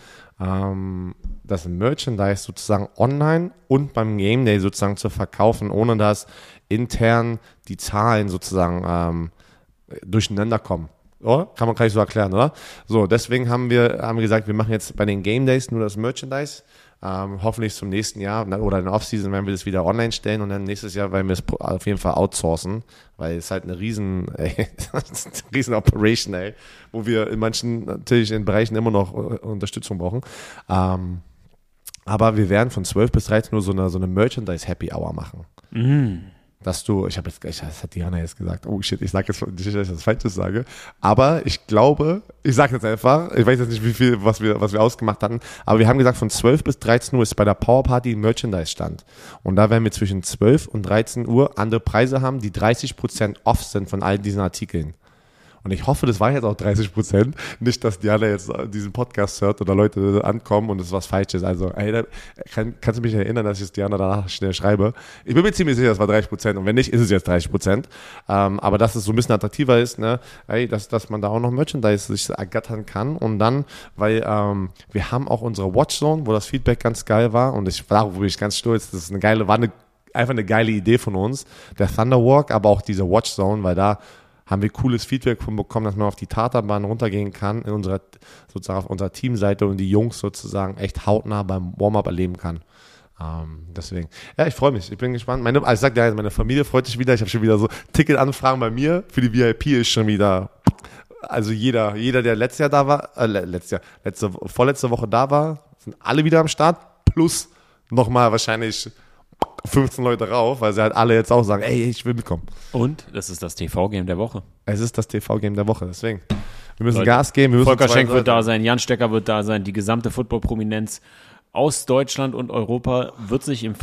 ähm, das Merchandise sozusagen online und beim Game Day sozusagen zu verkaufen, ohne dass intern die Zahlen sozusagen ähm, durcheinander kommen. Oder? Kann man gar nicht so erklären, oder? So, deswegen haben wir, haben wir gesagt, wir machen jetzt bei den Game Days nur das Merchandise. Ähm, hoffentlich zum nächsten Jahr oder in der Offseason werden wir das wieder online stellen und dann nächstes Jahr werden wir es auf jeden Fall outsourcen, weil es halt eine riesen, ey, riesen Operation, ey, wo wir in manchen natürlich in Bereichen immer noch Unterstützung brauchen. Ähm, aber wir werden von zwölf bis dreizehn Uhr so eine, so eine Merchandise Happy Hour machen. Mhm. Dass du, ich habe jetzt, ich, das hat Diana jetzt gesagt, oh shit, ich sage jetzt nicht, dass ich das Falsches sage, aber ich glaube, ich sage jetzt einfach, ich weiß jetzt nicht, wie viel, was wir, was wir ausgemacht hatten, aber wir haben gesagt, von zwölf bis dreizehn Uhr ist bei der Power Party ein Merchandise-Stand und da werden wir zwischen zwölf und dreizehn Uhr andere Preise haben, die dreißig Prozent off sind von all diesen Artikeln. Und ich hoffe, das war jetzt auch dreißig Prozent. Nicht, dass Diana jetzt diesen Podcast hört oder Leute ankommen und es was Falsches. Also, ey, da kann, kannst du mich erinnern, dass ich es Diana danach schnell schreibe? Ich bin mir ziemlich sicher, das war dreißig Prozent. Und wenn nicht, ist es jetzt dreißig Prozent. Ähm, aber dass es so ein bisschen attraktiver ist, ne, ey, dass, dass man da auch noch Merchandise sich ergattern kann. Und dann, weil ähm, wir haben auch unsere Watchzone, wo das Feedback ganz geil war. Und ich war bin ich ganz stolz. Das ist eine geile, war eine, einfach eine geile Idee von uns. Der Thunderwalk, aber auch diese Watchzone, weil da haben wir cooles Feedback von bekommen, dass man auf die Tatanbahn runtergehen kann, in unserer, sozusagen auf unserer Teamseite und die Jungs sozusagen echt hautnah beim Warm-Up erleben kann. Ähm, deswegen, ja, ich freue mich, ich bin gespannt. Meine, also ich sag dir, meine Familie freut sich wieder, ich habe schon wieder so Ticketanfragen bei mir, für die V I P ist schon wieder, also jeder, jeder, der letztes Jahr da war, äh, letztes Jahr, letzte, vorletzte Woche da war, sind alle wieder am Start, plus nochmal wahrscheinlich fünfzehn Leute rauf, weil sie halt alle jetzt auch sagen, ey, ich will mitkommen. Und das ist das T V-Game der Woche. Es ist das T V-Game der Woche, deswegen. Wir müssen Leute, Gas geben. Wir müssen Volker Schenk wird da sein, Jan Stecker wird da sein, die gesamte Football-Prominenz aus Deutschland und Europa wird sich im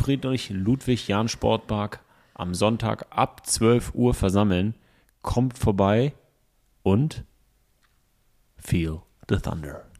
Friedrich-Ludwig-Jahn-Sportpark am Sonntag ab zwölf Uhr versammeln. Kommt vorbei und feel the thunder.